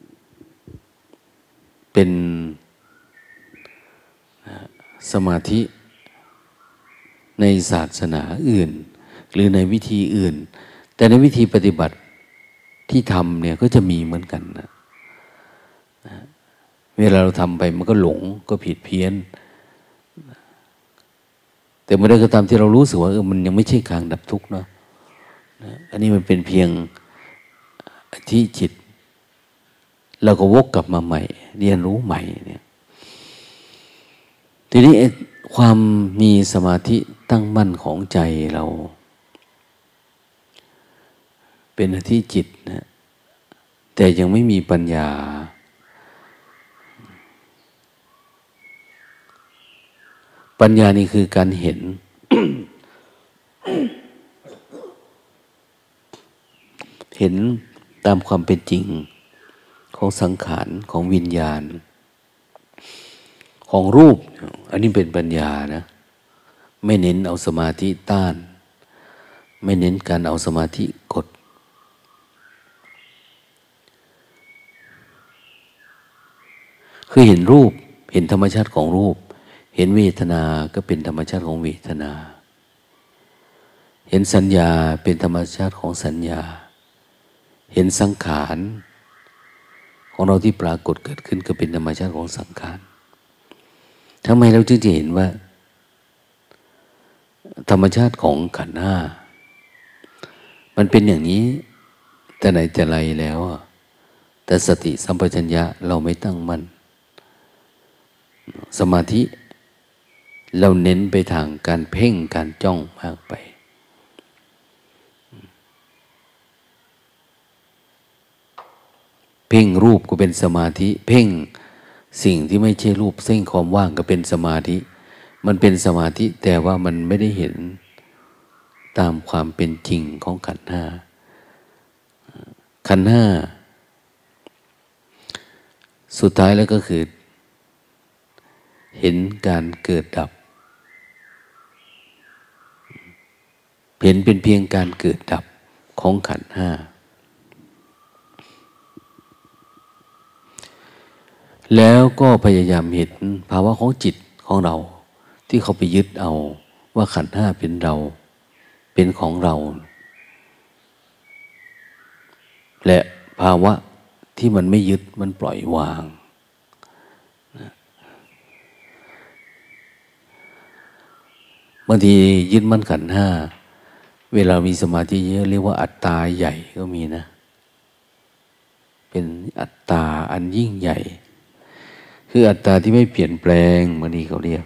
เป็นสมาธิในศาสนาอื่นหรือในวิธีอื่นแต่ในวิธีปฏิบัติที่ทำเนี่ยก็จะมีเหมือนกันนะเวลาเราทำไปมันก็หลงก็ผิดเพี้ยนแต่เมื่อใดก็ตามที่เรารู้สึกว่าเออมันยังไม่ใช่ทางดับทุกข์เนาะอันนี้มันเป็นเพียงที่จิตเราก็วกกลับมาใหม่เรียนรู้ใหม่เนี่ยทีนี้ความมีสมาธิตั้งมั่นของใจเราเป็นที่จิตนะแต่ยังไม่มีปัญญาปัญญานี่คือการเห็น เห็นตามความเป็นจริงของสังขารของวิญญาณของรูปอันนี้เป็นปัญญานะไม่เน้นเอาสมาธิต้านไม่เน้นการเอาสมาธิกดคือเห็นรูปเห็นธรรมชาติของรูปเห็นเวทนาก็เป็นธรรมชาติของเวทนาเห็นสัญญาเป็นธรรมชาติของสัญญาเห็นสังขารของเราที่ปรากฏเกิดขึ้นก็เป็นธรรมชาติของสังขารทำไมเราจึงจะเห็นว่าธรรมชาติของขันธ์ห้ามันเป็นอย่างนี้แต่ไหนแต่ไรแล้วแต่สติสัมปชัญญะเราไม่ตั้งมั่นสมาธิเราเน้นไปทางการเพ่งการจ้องมากไปเพ่งรูปก็เป็นสมาธิเพ่งสิ่งที่ไม่ใช่รูปเส้นความว่างก็เป็นสมาธิมันเป็นสมาธิแต่ว่ามันไม่ได้เห็นตามความเป็นจริงของขันธ์ห้าขันธ์ห้าสุดท้ายแล้วก็คือเห็นการเกิดดับเห็นเป็นเพียงการเกิดดับของขันธ์ห้าแล้วก็พยายามเห็นภาวะของจิตของเราที่เขาไปยึดเอาว่าขันธ์ห้าเป็นเราเป็นของเราและภาวะที่มันไม่ยึดมันปล่อยวางบางทียึดมั่นขันธ์ห้าเวลามีสมาธิเยอะเรียกว่าอัตตาใหญ่ก็มีนะเป็นอัตตาอันยิ่งใหญ่คืออัตตาที่ไม่เปลี่ยนแปลงบางทีเขาเรียก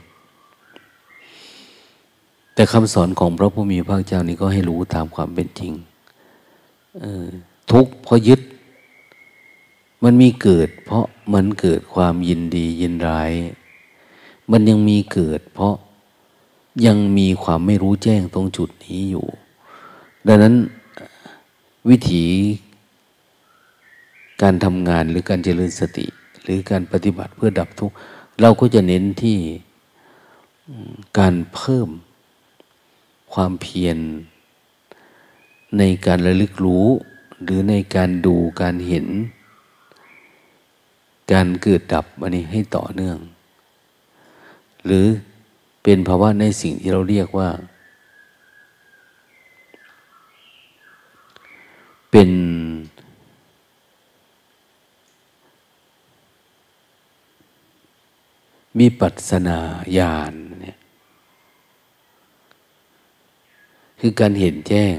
แต่คำสอนของพระผู้มีพระเจ้านี่ก็ให้รู้ตามความเป็นจริงเออทุกข์เพราะยึดมันมีเกิดเพราะมันเกิดความยินดียินร้ายมันยังมีเกิดเพราะยังมีความไม่รู้แจ้งตรงจุดนี้อยู่ดังนั้นวิธีการทำงานหรือการเจริญสติหรือการปฏิบัติเพื่อดับทุกข์เราก็จะเน้นที่การเพิ่มความเพียรในการระลึกรู้หรือในการดูการเห็นการเกิดดับอันนี้ให้ต่อเนื่องหรือเป็นภาวะในสิ่งที่เราเรียกว่าเป็นวิปัสสนาญาณเนี่ยคือการเห็นแจ้ง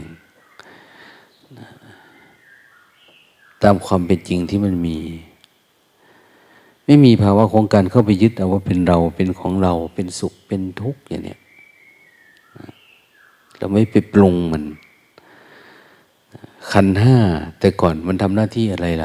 ตามความเป็นจริงที่มันมีไม่มีภาวะของการเข้าไปยึดเอาว่าเป็นเราเป็นของเราเป็นสุขเป็นทุกข์อย่างเนี้ยเราไม่ไปปรุงมันขันธ์ห้าแต่ก่อนมันทำหน้าที่อะไรล่ะ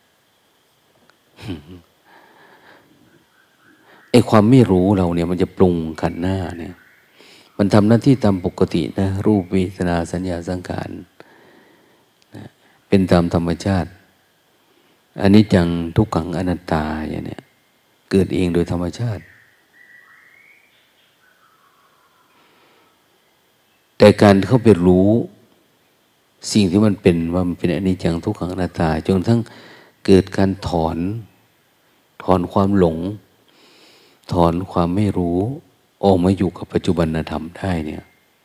ไอ้ความไม่รู้เราเนี่ยมันจะปรุงขันธ์หน้าเนี่ยมันทำหน้าที่ตามปกตินะรูปเวทนาสัญญาสังขารนะเป็นตามธรรมชาติอันนี้จังทุกขังอนัตตาอย่างเนี้ยเกิดเองโดยธรรมชาติแต่การเข้าไปรู้สิ่งที่มันเป็นว่ามันเป็นอนิจจังทุกขังอนัตตาจนทั้งเกิดการถอนถอนความหลงถอนความไม่รู้ออกมาอยู่กับปัจจุบันธรรมได้เนี่ย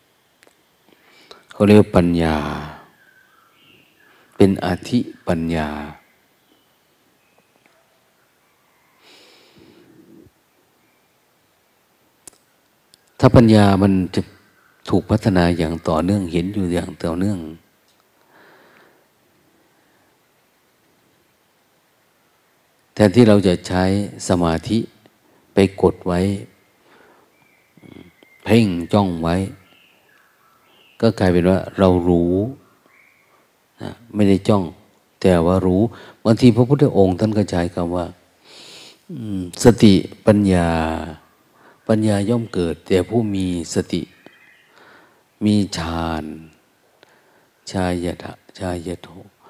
เขาเรียกว่าปัญญาเป็นอธิปัญญาถ้าปัญญามันจะถูกพัฒนาอย่างต่อเนื่องเห็นอยู่อย่างต่อเนื่องแทนที่เราจะใช้สมาธิไปกดไว้เพ่งจ้องไว้ก็กลายเป็นว่าเรารู้นะไม่ได้จ้องแต่ว่ารู้บางทีพระพุทธองค์ท่านก็ใช้คำว่าสติปัญญาปัญญาย่อมเกิดแต่ผู้มีสติมีฌานชายตะชายโท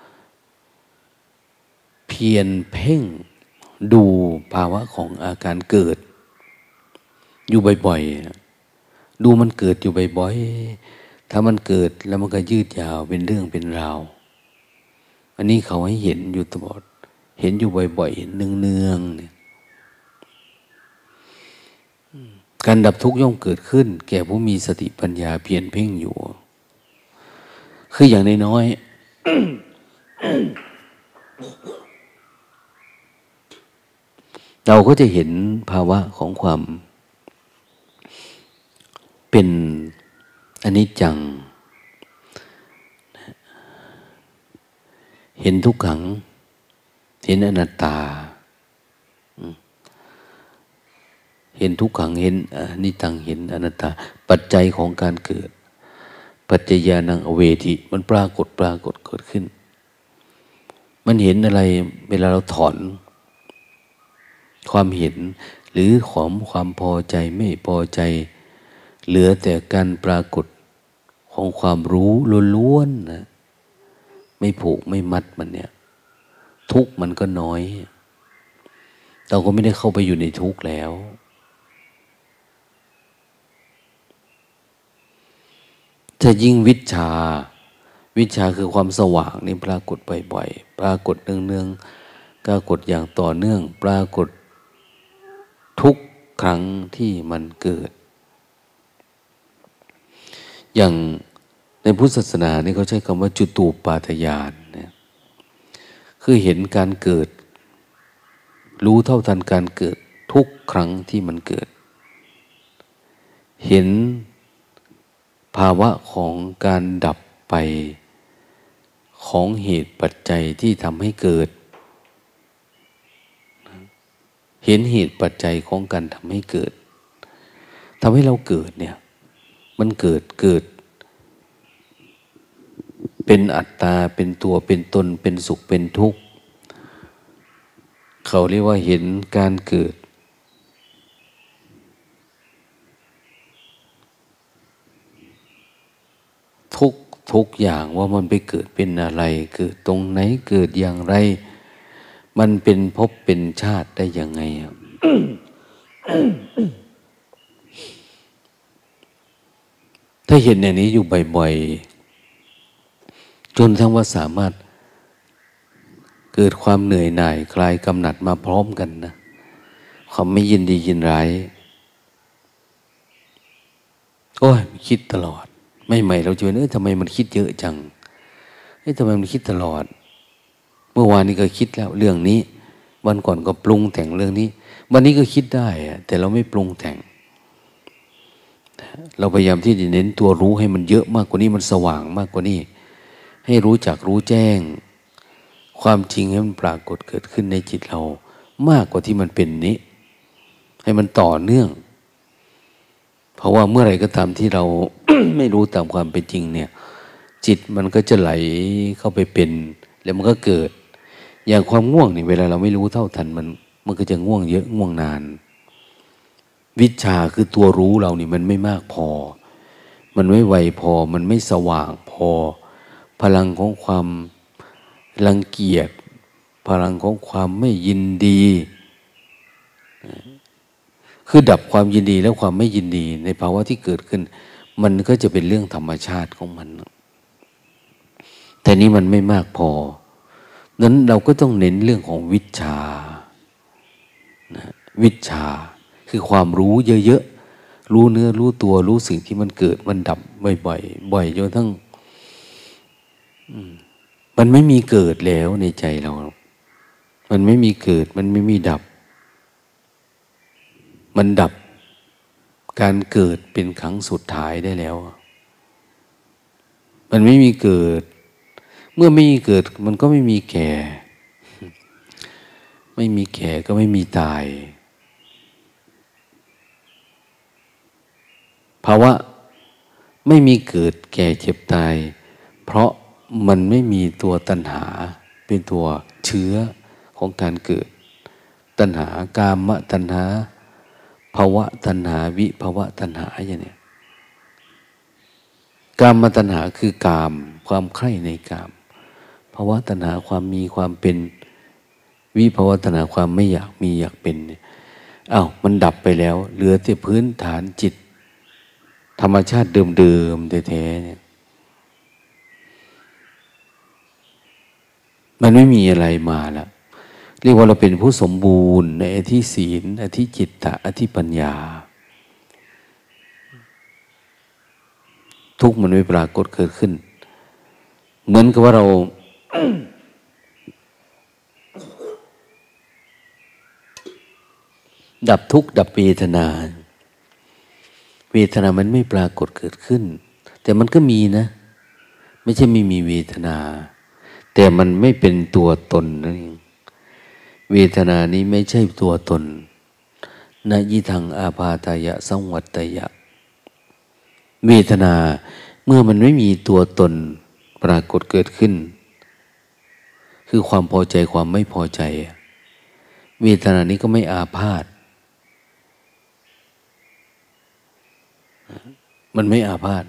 เพียรเพ่งดูภาวะของอาการเกิดอยู่บ่อยๆดูมันเกิดอยู่บ่อยๆถ้ามันเกิดแล้วมันก็ยืดยาวเป็นเรื่องเป็นราวอันนี้เขาให้เห็นอยู่ตลอดเห็นอยู่บ่อยๆเห็นเนืองๆเนี่ยการดับทุกข์ย่อมเกิดขึ้นแก่ผู้มีสติปัญญาเพียรเพ่งอยู่คืออย่างน้อยๆ เราก็จะเห็นภาวะของความเป็นอนิจจังเห็นทุกขังเห็นอนัตตาเห็นทุกขังเห็นอนิจจังเห็นอนัตตาปัจจัยของการเกิดปัจจญานังอเวทิมันปรากฏปรากฏเกิดขึ้นมันเห็นอะไรเวลาเราถอนความเห็นหรือความความพอใจไม่พอใจเหลือแต่การปรากฏของความรู้ล้วนๆนะไม่ผูกไม่มัดมันเนี่ยทุกข์มันก็น้อยเราก็ไม่ได้เข้าไปอยู่ในทุกข์แล้วถ้ายิ่งวิชชาวิชชาคือความสว่างนี่ปรากฏบ่อยๆปรากฏเนืองๆปรากฏอย่างต่อเนื่องปรากฏทุกครั้งที่มันเกิดอย่างในพุทธศาสนานี่เขาใช้คำว่าจุตูปาทญาณเนี่ยคือเห็นการเกิดรู้เท่าทันการเกิดทุกครั้งที่มันเกิดเห็นภาวะของการดับไปของเหตุปัจจัยที่ทำให้เกิดเห็นเหตุปัจจัยของการทำให้เกิดทำให้เราเกิดเนี่ยมันเกิดเกิดเป็นอัตตาเป็นตัวเป็นตนเป็นสุขเป็นทุกข์เขาเรียกว่าเห็นการเกิดทุกทุกอย่างว่ามันไปเกิดเป็นอะไรเกิดตรงไหนเกิดอย่างไรมันเป็นภพเป็นชาติได้ยังไง ถ้าเห็นอย่างนี้อยู่บ่อยๆจนทั้งว่าสามารถเกิดความเหนื่อยหน่ายคลายกำหนัดมาพร้อมกันนะความไม่ยินดียินร้ายโอ้ยคิดตลอดไม่ใหม่เราจะเป็นเอ้ยทำไมมันคิดเยอะจังเอ้ยทำไมมันคิดตลอดเมื่อวานนี้ก็คิดแล้วเรื่องนี้วันก่อนก็ปรุงแต่งเรื่องนี้วันนี้ก็คิดได้แต่เราไม่ปรุงแต่งเราพยายามที่จะเน้นตัวรู้ให้มันเยอะมากกว่านี้มันสว่างมากกว่านี้ให้รู้จักรู้แจ้งความจริงให้มันปรากฏเกิดขึ้นในจิตเรามากกว่าที่มันเป็นนี้ให้มันต่อเนื่องเพราะว่าเมื่อไหร่ก็ตามที่เรา ไม่รู้ตามความเป็นจริงเนี่ยจิตมันก็จะไหลเข้าไปเป็นแล้วมันก็เกิดอย่างความง่วงนี่เวลาเราไม่รู้เท่าทันมันมันก็จะง่วงเยอะง่วงนานวิชาคือตัวรู้เรานี่มันไม่มากพอมันไม่ไวพอมันไม่สว่างพอพลังของความรังเกียจพลังของความไม่ยินดีคือดับความยินดีและความไม่ยินดีในภาวะที่เกิดขึ้นมันก็จะเป็นเรื่องธรรมชาติของมันแต่นี้มันไม่มากพอนั้นเราก็ต้องเน้นเรื่องของวิชานะวิชาคือความรู้เยอะๆรู้เนื้อรู้ตัวรู้สิ่งที่มันเกิดมันดับบ่อยๆบ่อยจนทั้งมันไม่มีเกิดแล้วในใจเรามันไม่มีเกิดมันไม่มีดับมันดับการเกิดเป็นครั้งสุดท้ายได้แล้วมันไม่มีเกิดเมื่อไม่มีเกิดมันก็ไม่มีแก่ไม่มีแก่ก็ไม่มีตายภาวะไม่มีเกิดแก่เจ็บตายเพราะมันไม่มีตัวตัณหาเป็นตัวเชื้อของการเกิดตัณหากามตัณหาภาวะตัณหาวิภาวะตัณหาอย่างนี้กามตัณหาคือกามความใคร่ในกามภาวะตัณหาความมีความเป็นวิภาวะตัณหาความไม่อยากมีอยากเป็นอ้าวมันดับไปแล้วเหลือแต่พื้นฐานจิตธรรมชาติเดิมๆแท้ๆเนี่ยมันไม่มีอะไรมาแล้วเรียกว่าเราเป็นผู้สมบูรณ์ในอธิศีลอธิจิตตะอธิปัญญาทุกข์มันไม่ปรากฏเกิดขึ้นเหมือนกับว่าเรา ดับทุกข์ดับเวทนาเวทนามันไม่ปรากฏเกิดขึ้นแต่มันก็มีนะไม่ใช่ไม่มีเวทนาแต่มันไม่เป็นตัวตนนั่นเองเวทนานี้ไม่ใช่ตัวตนนะยิทังอาพาตายะสังวัตตยะเวทนาเมื่อมันไม่มีตัวตนปรากฏเกิดขึ้นคือความพอใจความไม่พอใจเวทนานี้ก็ไม่อาพาธมันไม่อาพาธ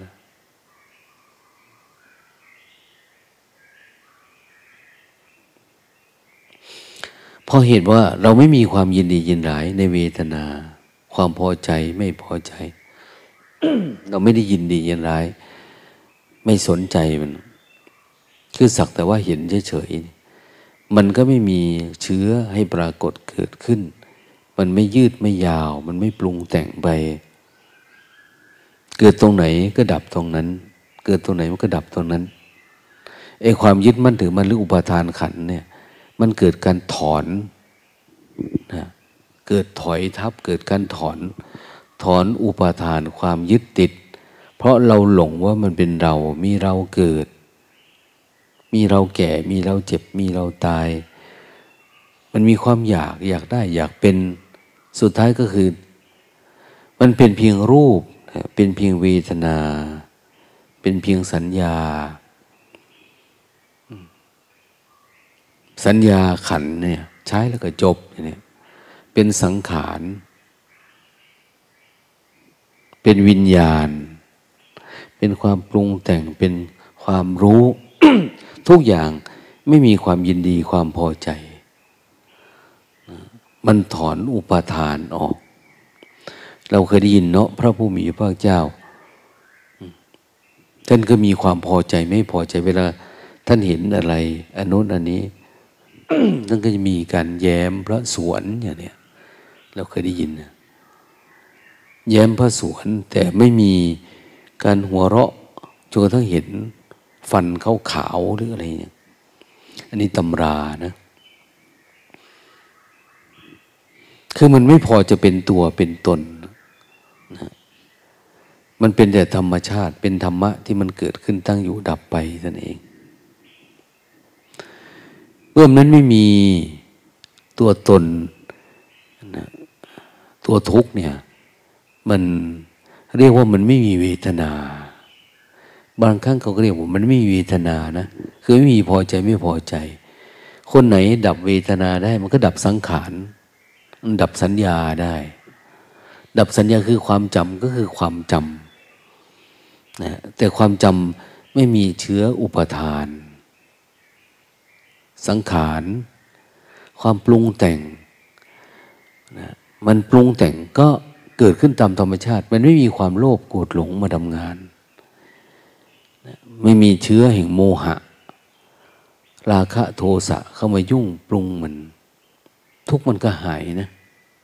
เพราะเหตุว่าเราไม่มีความยินดียินร้ายในเวทนาความพอใจไม่พอใจ เราไม่ได้ยินดียินร้ายไม่สนใจมันคือสักแต่ว่าเห็นเฉยๆมันก็ไม่มีเชื้อให้ปรากฏเกิดขึ้นมันไม่ยืดไม่ยาวมันไม่ปรุงแต่งไปเกิดตรงไหนก็ดับตรงนั้นเกิดตรงไหนมันก็ดับตรงนั้นไอ้ความยึดมั่นถือมันหรืออุปาทานขันธ์เนี่ยมันเกิดการถอนนะเกิดถอยทับเกิดการถอนถอนอุปาทานความยึดติดเพราะเราหลงว่ามันเป็นเรามีเราเกิดมีเราแก่มีเราเจ็บมีเราตายมันมีความอยากอยากได้อยากเป็นสุดท้ายก็คือมันเป็นเพียงรูปเป็นเพียงเวทนาเป็นเพียงสัญญาสัญญาขันธ์เนี่ยใช้แล้วก็จบเนี่ยเป็นสังขารเป็นวิญญาณเป็นความปรุงแต่งเป็นความรู้ ทุกอย่างไม่มีความยินดีความพอใจมันถอนอุปาทานออกเราเคยได้ยินเนาะพระผู้มีพระภาคเจ้าท่านก็มีความพอใจไม่พอใจเวลาท่านเห็นอะไรอันโน้นอันนี้ ท่านก็จะมีการแย้มพระสวนอย่างเนี้ยเราเคยได้ยินนะแย้มพระสวนแต่ไม่มีการหัวเราะจนกระทั่งเห็นฟันเขาขาวหรืออะไรเนี่ยอันนี้ตำรานะคือมันไม่พอจะเป็นตัวเป็นตนนะมันเป็นแต่ธรรมชาติเป็นธรรมะที่มันเกิดขึ้นตั้งอยู่ดับไปนั่นเองเมื่อนั้นไม่มีตัวตนตัวทุกข์เนี่ยมันเรียกว่ามันไม่มีเวทนาบางครั้งเขาก็เรียกว่ามันไม่มีเวทนานะคือไม่มีพอใจไม่พอใจคนไหนดับเวทนาได้มันก็ดับสังขารมันดับสัญญาได้ดับสัญญาคือความจำก็คือความจำนะแต่ความจำไม่มีเชื้ออุปทานสังขารความปรุงแต่งนะมันปรุงแต่งก็เกิดขึ้นตามธรรมชาติมันไม่มีความโลภโกรธหลงมาทำงานนะไม่มีเชื้อแห่งโมหะราคะโทสะเข้ามายุ่งปรุงมันทุกข์มันก็หายนะ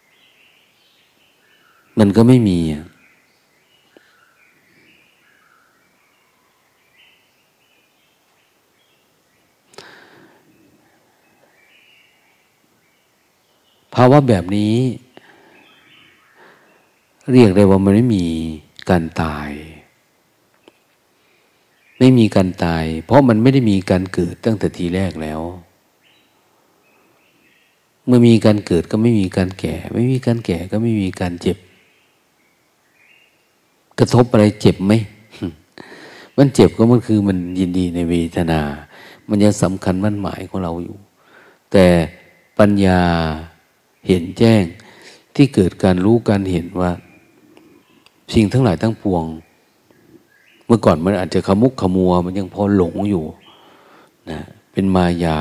มันก็ไม่มีภาวะแบบนี้เรียกได้ว่ามันไม่มีการตายไม่มีการตายเพราะมันไม่ได้มีการเกิดตั้งแต่ทีแรกแล้วเมื่อมีการเกิดก็ไม่มีการแก่ไม่มีการแก่ก็ไม่มีการเจ็บกระทบอะไรเจ็บไหม มันเจ็บก็มันคือมันยินดีในเวทนามันยังสำคัญมั่นหมายของเราอยู่แต่ปัญญาเห็นแจ้งที่เกิดการรู้การเห็นว่าสิ่งทั้งหลายทั้งปวงเมื่อก่อนมันอาจจะขมุกขมัวมันยังพอหลงอยู่นะเป็นมายา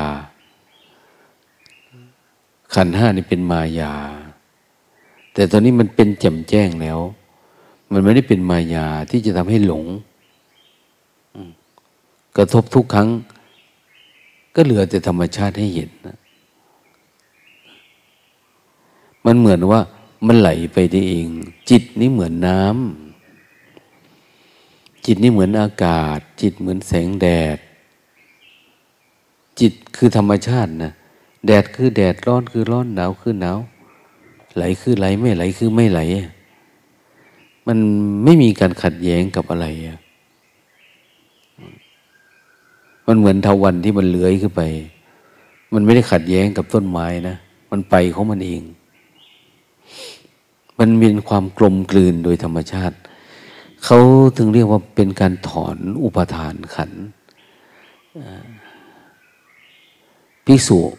ขันธ์ห้านี่เป็นมายาแต่ตอนนี้มันเป็นแจ่มแจ้งแล้วมันไม่ได้เป็นมายาที่จะทำให้หลงกระทบทุกครั้งก็เหลือแต่ธรรมชาติให้เห็นนะมันเหมือนว่ามันไหลไปได้เองจิตนี่เหมือนน้ำจิตนี่เหมือนอากาศจิตเหมือนแสงแดดจิตคือธรรมชาตินะแดดคือแดดร้อนคือร้อนหนาวคือหนาวไหลคือไหลไม่ไหลคือไม่ไหลมันไม่มีการขัดแย้งกับอะไรมันเหมือนเทวันที่มันเลื้อยขึ้นไปมันไม่ได้ขัดแย้งกับต้นไม้นะมันไปของมันเองมันมีความกลมกลืนโดยธรรมชาติเขาถึงเรียกว่าเป็นการถอนอุปทานขันธ์ภิกษุ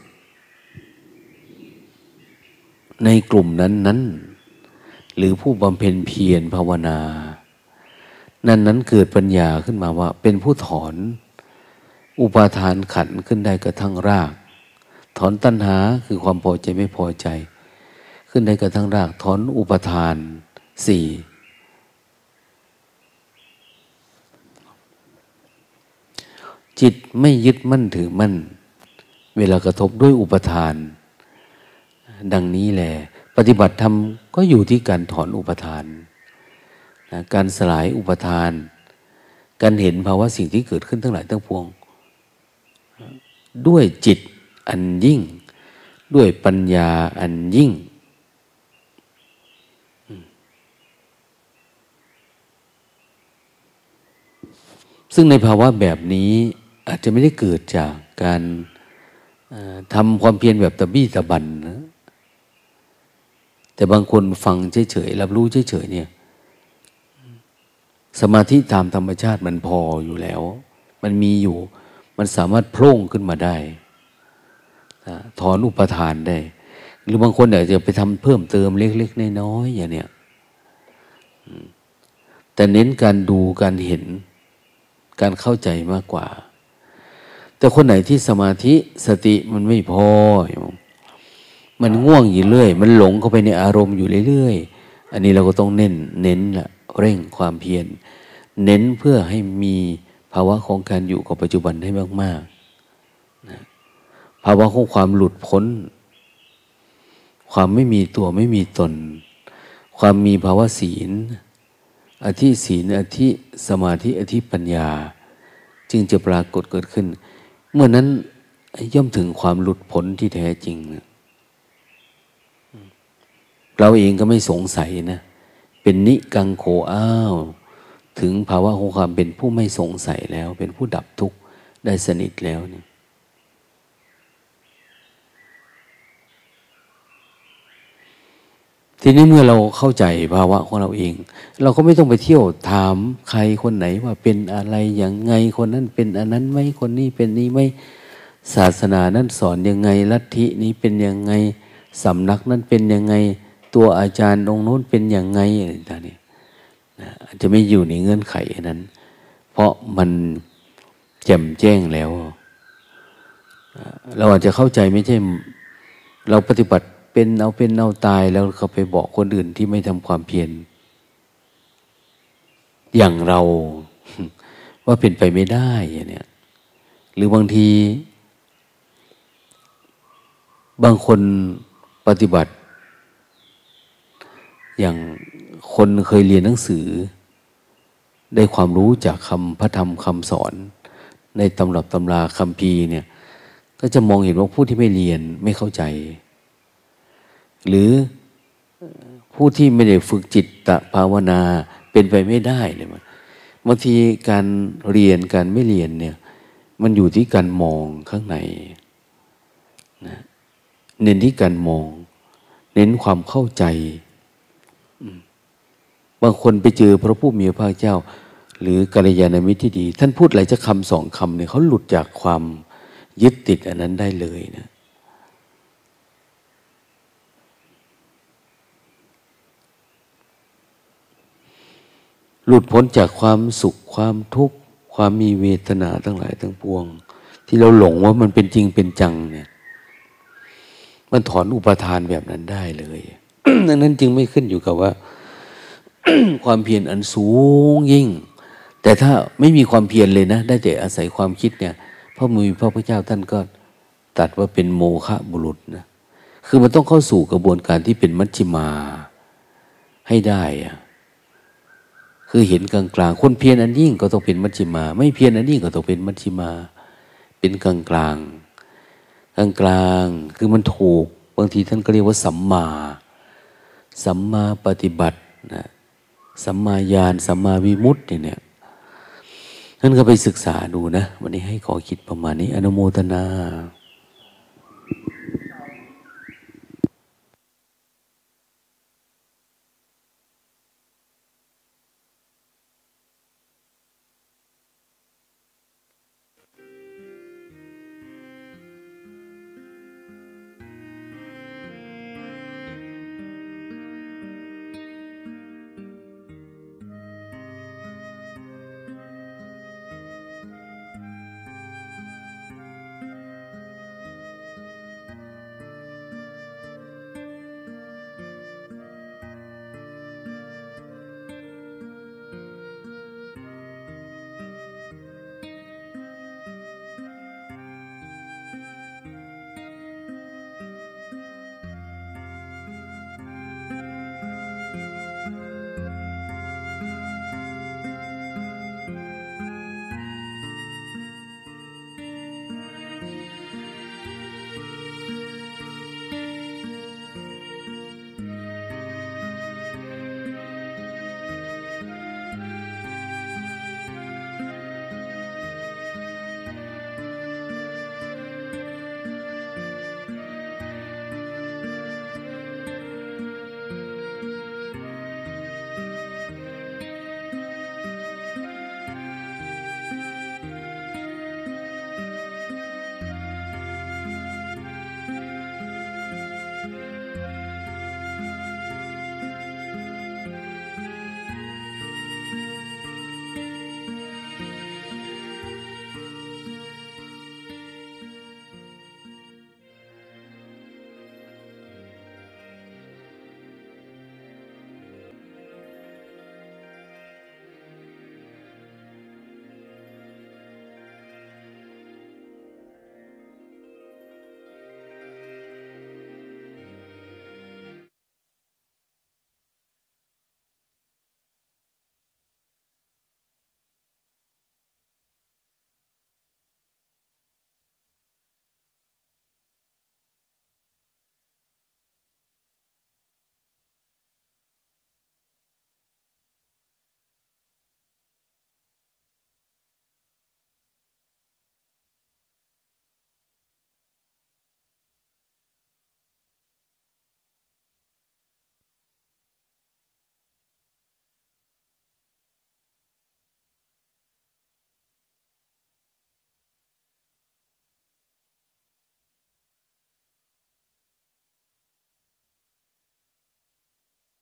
ในกลุ่มนั้นนั้นหรือผู้บำเพ็ญเพียรภาวนานั้นนั้นเกิดปัญญาขึ้นมาว่าเป็นผู้ถอนอุปาทานขันธ์ขึ้นได้กระทั่งรากถอนตัณหาคือความพอใจไม่พอใจขึ้นได้กระทั่งรากถอนอุปทานสี่จิตไม่ยึดมั่นถือมั่นเวลากระทบด้วยอุปทานดังนี้แหละปฏิบัติธรรมก็อยู่ที่การถอนอุปทานนะการสลายอุปทานการเห็นภาวะสิ่งที่เกิดขึ้นทั้งหลายทั้งปวงด้วยจิตอันยิ่งด้วยปัญญาอันยิ่งซึ่งในภาวะแบบนี้อาจจะไม่ได้เกิดจากการทำความเพียรแบบตะบี้ตะบันนะแต่บางคนฟังเฉยๆรับรู้เฉยๆเนี่ยสมาธิตามธรรมชาติมันพออยู่แล้วมันมีอยู่มันสามารถโพล่งขึ้นมาได้ถอนอุปทานได้หรือบางคนอาจจะไปทำเพิ่มเติมเล็กๆน้อยๆอย่างเนี้ยแต่เน้นการดูการเห็นการเข้าใจมากกว่าแต่คนไหนที่สมาธิสติมันไม่พอมันง่วงอยู่เรื่อยมันหลงเข้าไปในอารมณ์อยู่เรื่อยๆอันนี้เราก็ต้องเน้นเน้นละเร่งความเพียรเน้นเพื่อให้มีภาวะของการอยู่กับปัจจุบันให้มากๆนะภาวะของความหลุดพ้นความไม่มีตัวไม่มีตนความมีภาวะศีลอธิศีลอธิสมาธิอธิปัญญาจึงจะปรากฏเกิดขึ้นเมื่อนั้นย่อมถึงความหลุดพ้นที่แท้จริงนะเราเองก็ไม่สงสัยนะเป็นนิกังโขอ้าวถึงภาวะของความเป็นผู้ไม่สงสัยแล้วเป็นผู้ดับทุกข์ได้สนิทแล้วเนี่ยทีนี้เมื่อเราเข้าใจภาวะของเราเองเราก็ไม่ต้องไปเที่ยวถามใครคนไหนว่าเป็นอะไรอย่างไงคนนั้นเป็นอันนั้นไหมคนนี้เป็นนี้ไหมศาสนานั้นสอนยังไงลัทธินี้เป็นยังไงสำนักนั้นเป็นยังไงตัวอาจารย์องค์โน้นเป็นยังไงอะไรต่างๆเนี่ยนะอาจจะไม่อยู่ในเงื่อนไขนั้น เพราะมันแจ่มแจ้งแล้วเราอาจจะเข้าใจไม่ใช่เราปฏิบัติเป็นเอาเป็นเอาตายแล้วเขาไปบอกคนอื่นที่ไม่ทำความเพียรอย่างเราว่าเป็นไปไม่ได้เนี่ยหรือบางทีบางคนปฏิบัติอย่างคนเคยเรียนหนังสือได้ความรู้จากคำพระธรรมคำสอนในตำรับตำราคัมภีร์เนี่ยก็จะมองเห็นว่าผู้ที่ไม่เรียนไม่เข้าใจหรือผู้ที่ไม่ได้ฝึกจิตตภาวนาเป็นไปไม่ได้เลยมันบางทีการเรียนการไม่เรียนเนี่ยมันอยู่ที่การมองข้างในนะเน้นที่การมองเน้นความเข้าใจบางคนไปเจอพระผู้มีพระภาคเจ้าหรือกัลยาณมิตรที่ดีท่านพูดอะไรจะคำสองคำเนี่ยเขาหลุดจากความยึดติดอันนั้นได้เลยนะหลุดพ้นจากความสุขความทุกข์ความมีเวทนาทั้งหลายทั้งปวงที่เราหลงว่ามันเป็นจริงเป็นจังเนี่ยมันถอนอุปทานแบบนั้นได้เลย ดังนั้นจึงไม่ขึ้นอยู่กับว่า ความเพียรอันสูงยิ่งแต่ถ้าไม่มีความเพียรเลยนะได้แต่อาศัยความคิดเนี่ยพระมุนีพระพุทธเจ้าท่านก็ตรัสว่าเป็นโมฆะบุรุษนะคือมันต้องเข้าสู่กระบวนการที่เป็นมัชฌิมาให้ได้อะคือเห็นกลางๆคนเพียรอันยิ่งก็ต้องเป็นมัชฌิมาไม่เพียรอันยิ่งก็ต้องเป็นมัชฌิมาเป็นกลางๆกลางๆคือมันถูกบางทีท่านก็เรียกว่าสัมมาสัมมาปฏิบัตินะสัมมาญาณสัมมาวิมุตติเนี่ยท่านก็ไปศึกษาดูนะวันนี้ให้ขอคิดประมาณนี้อนุโมทนา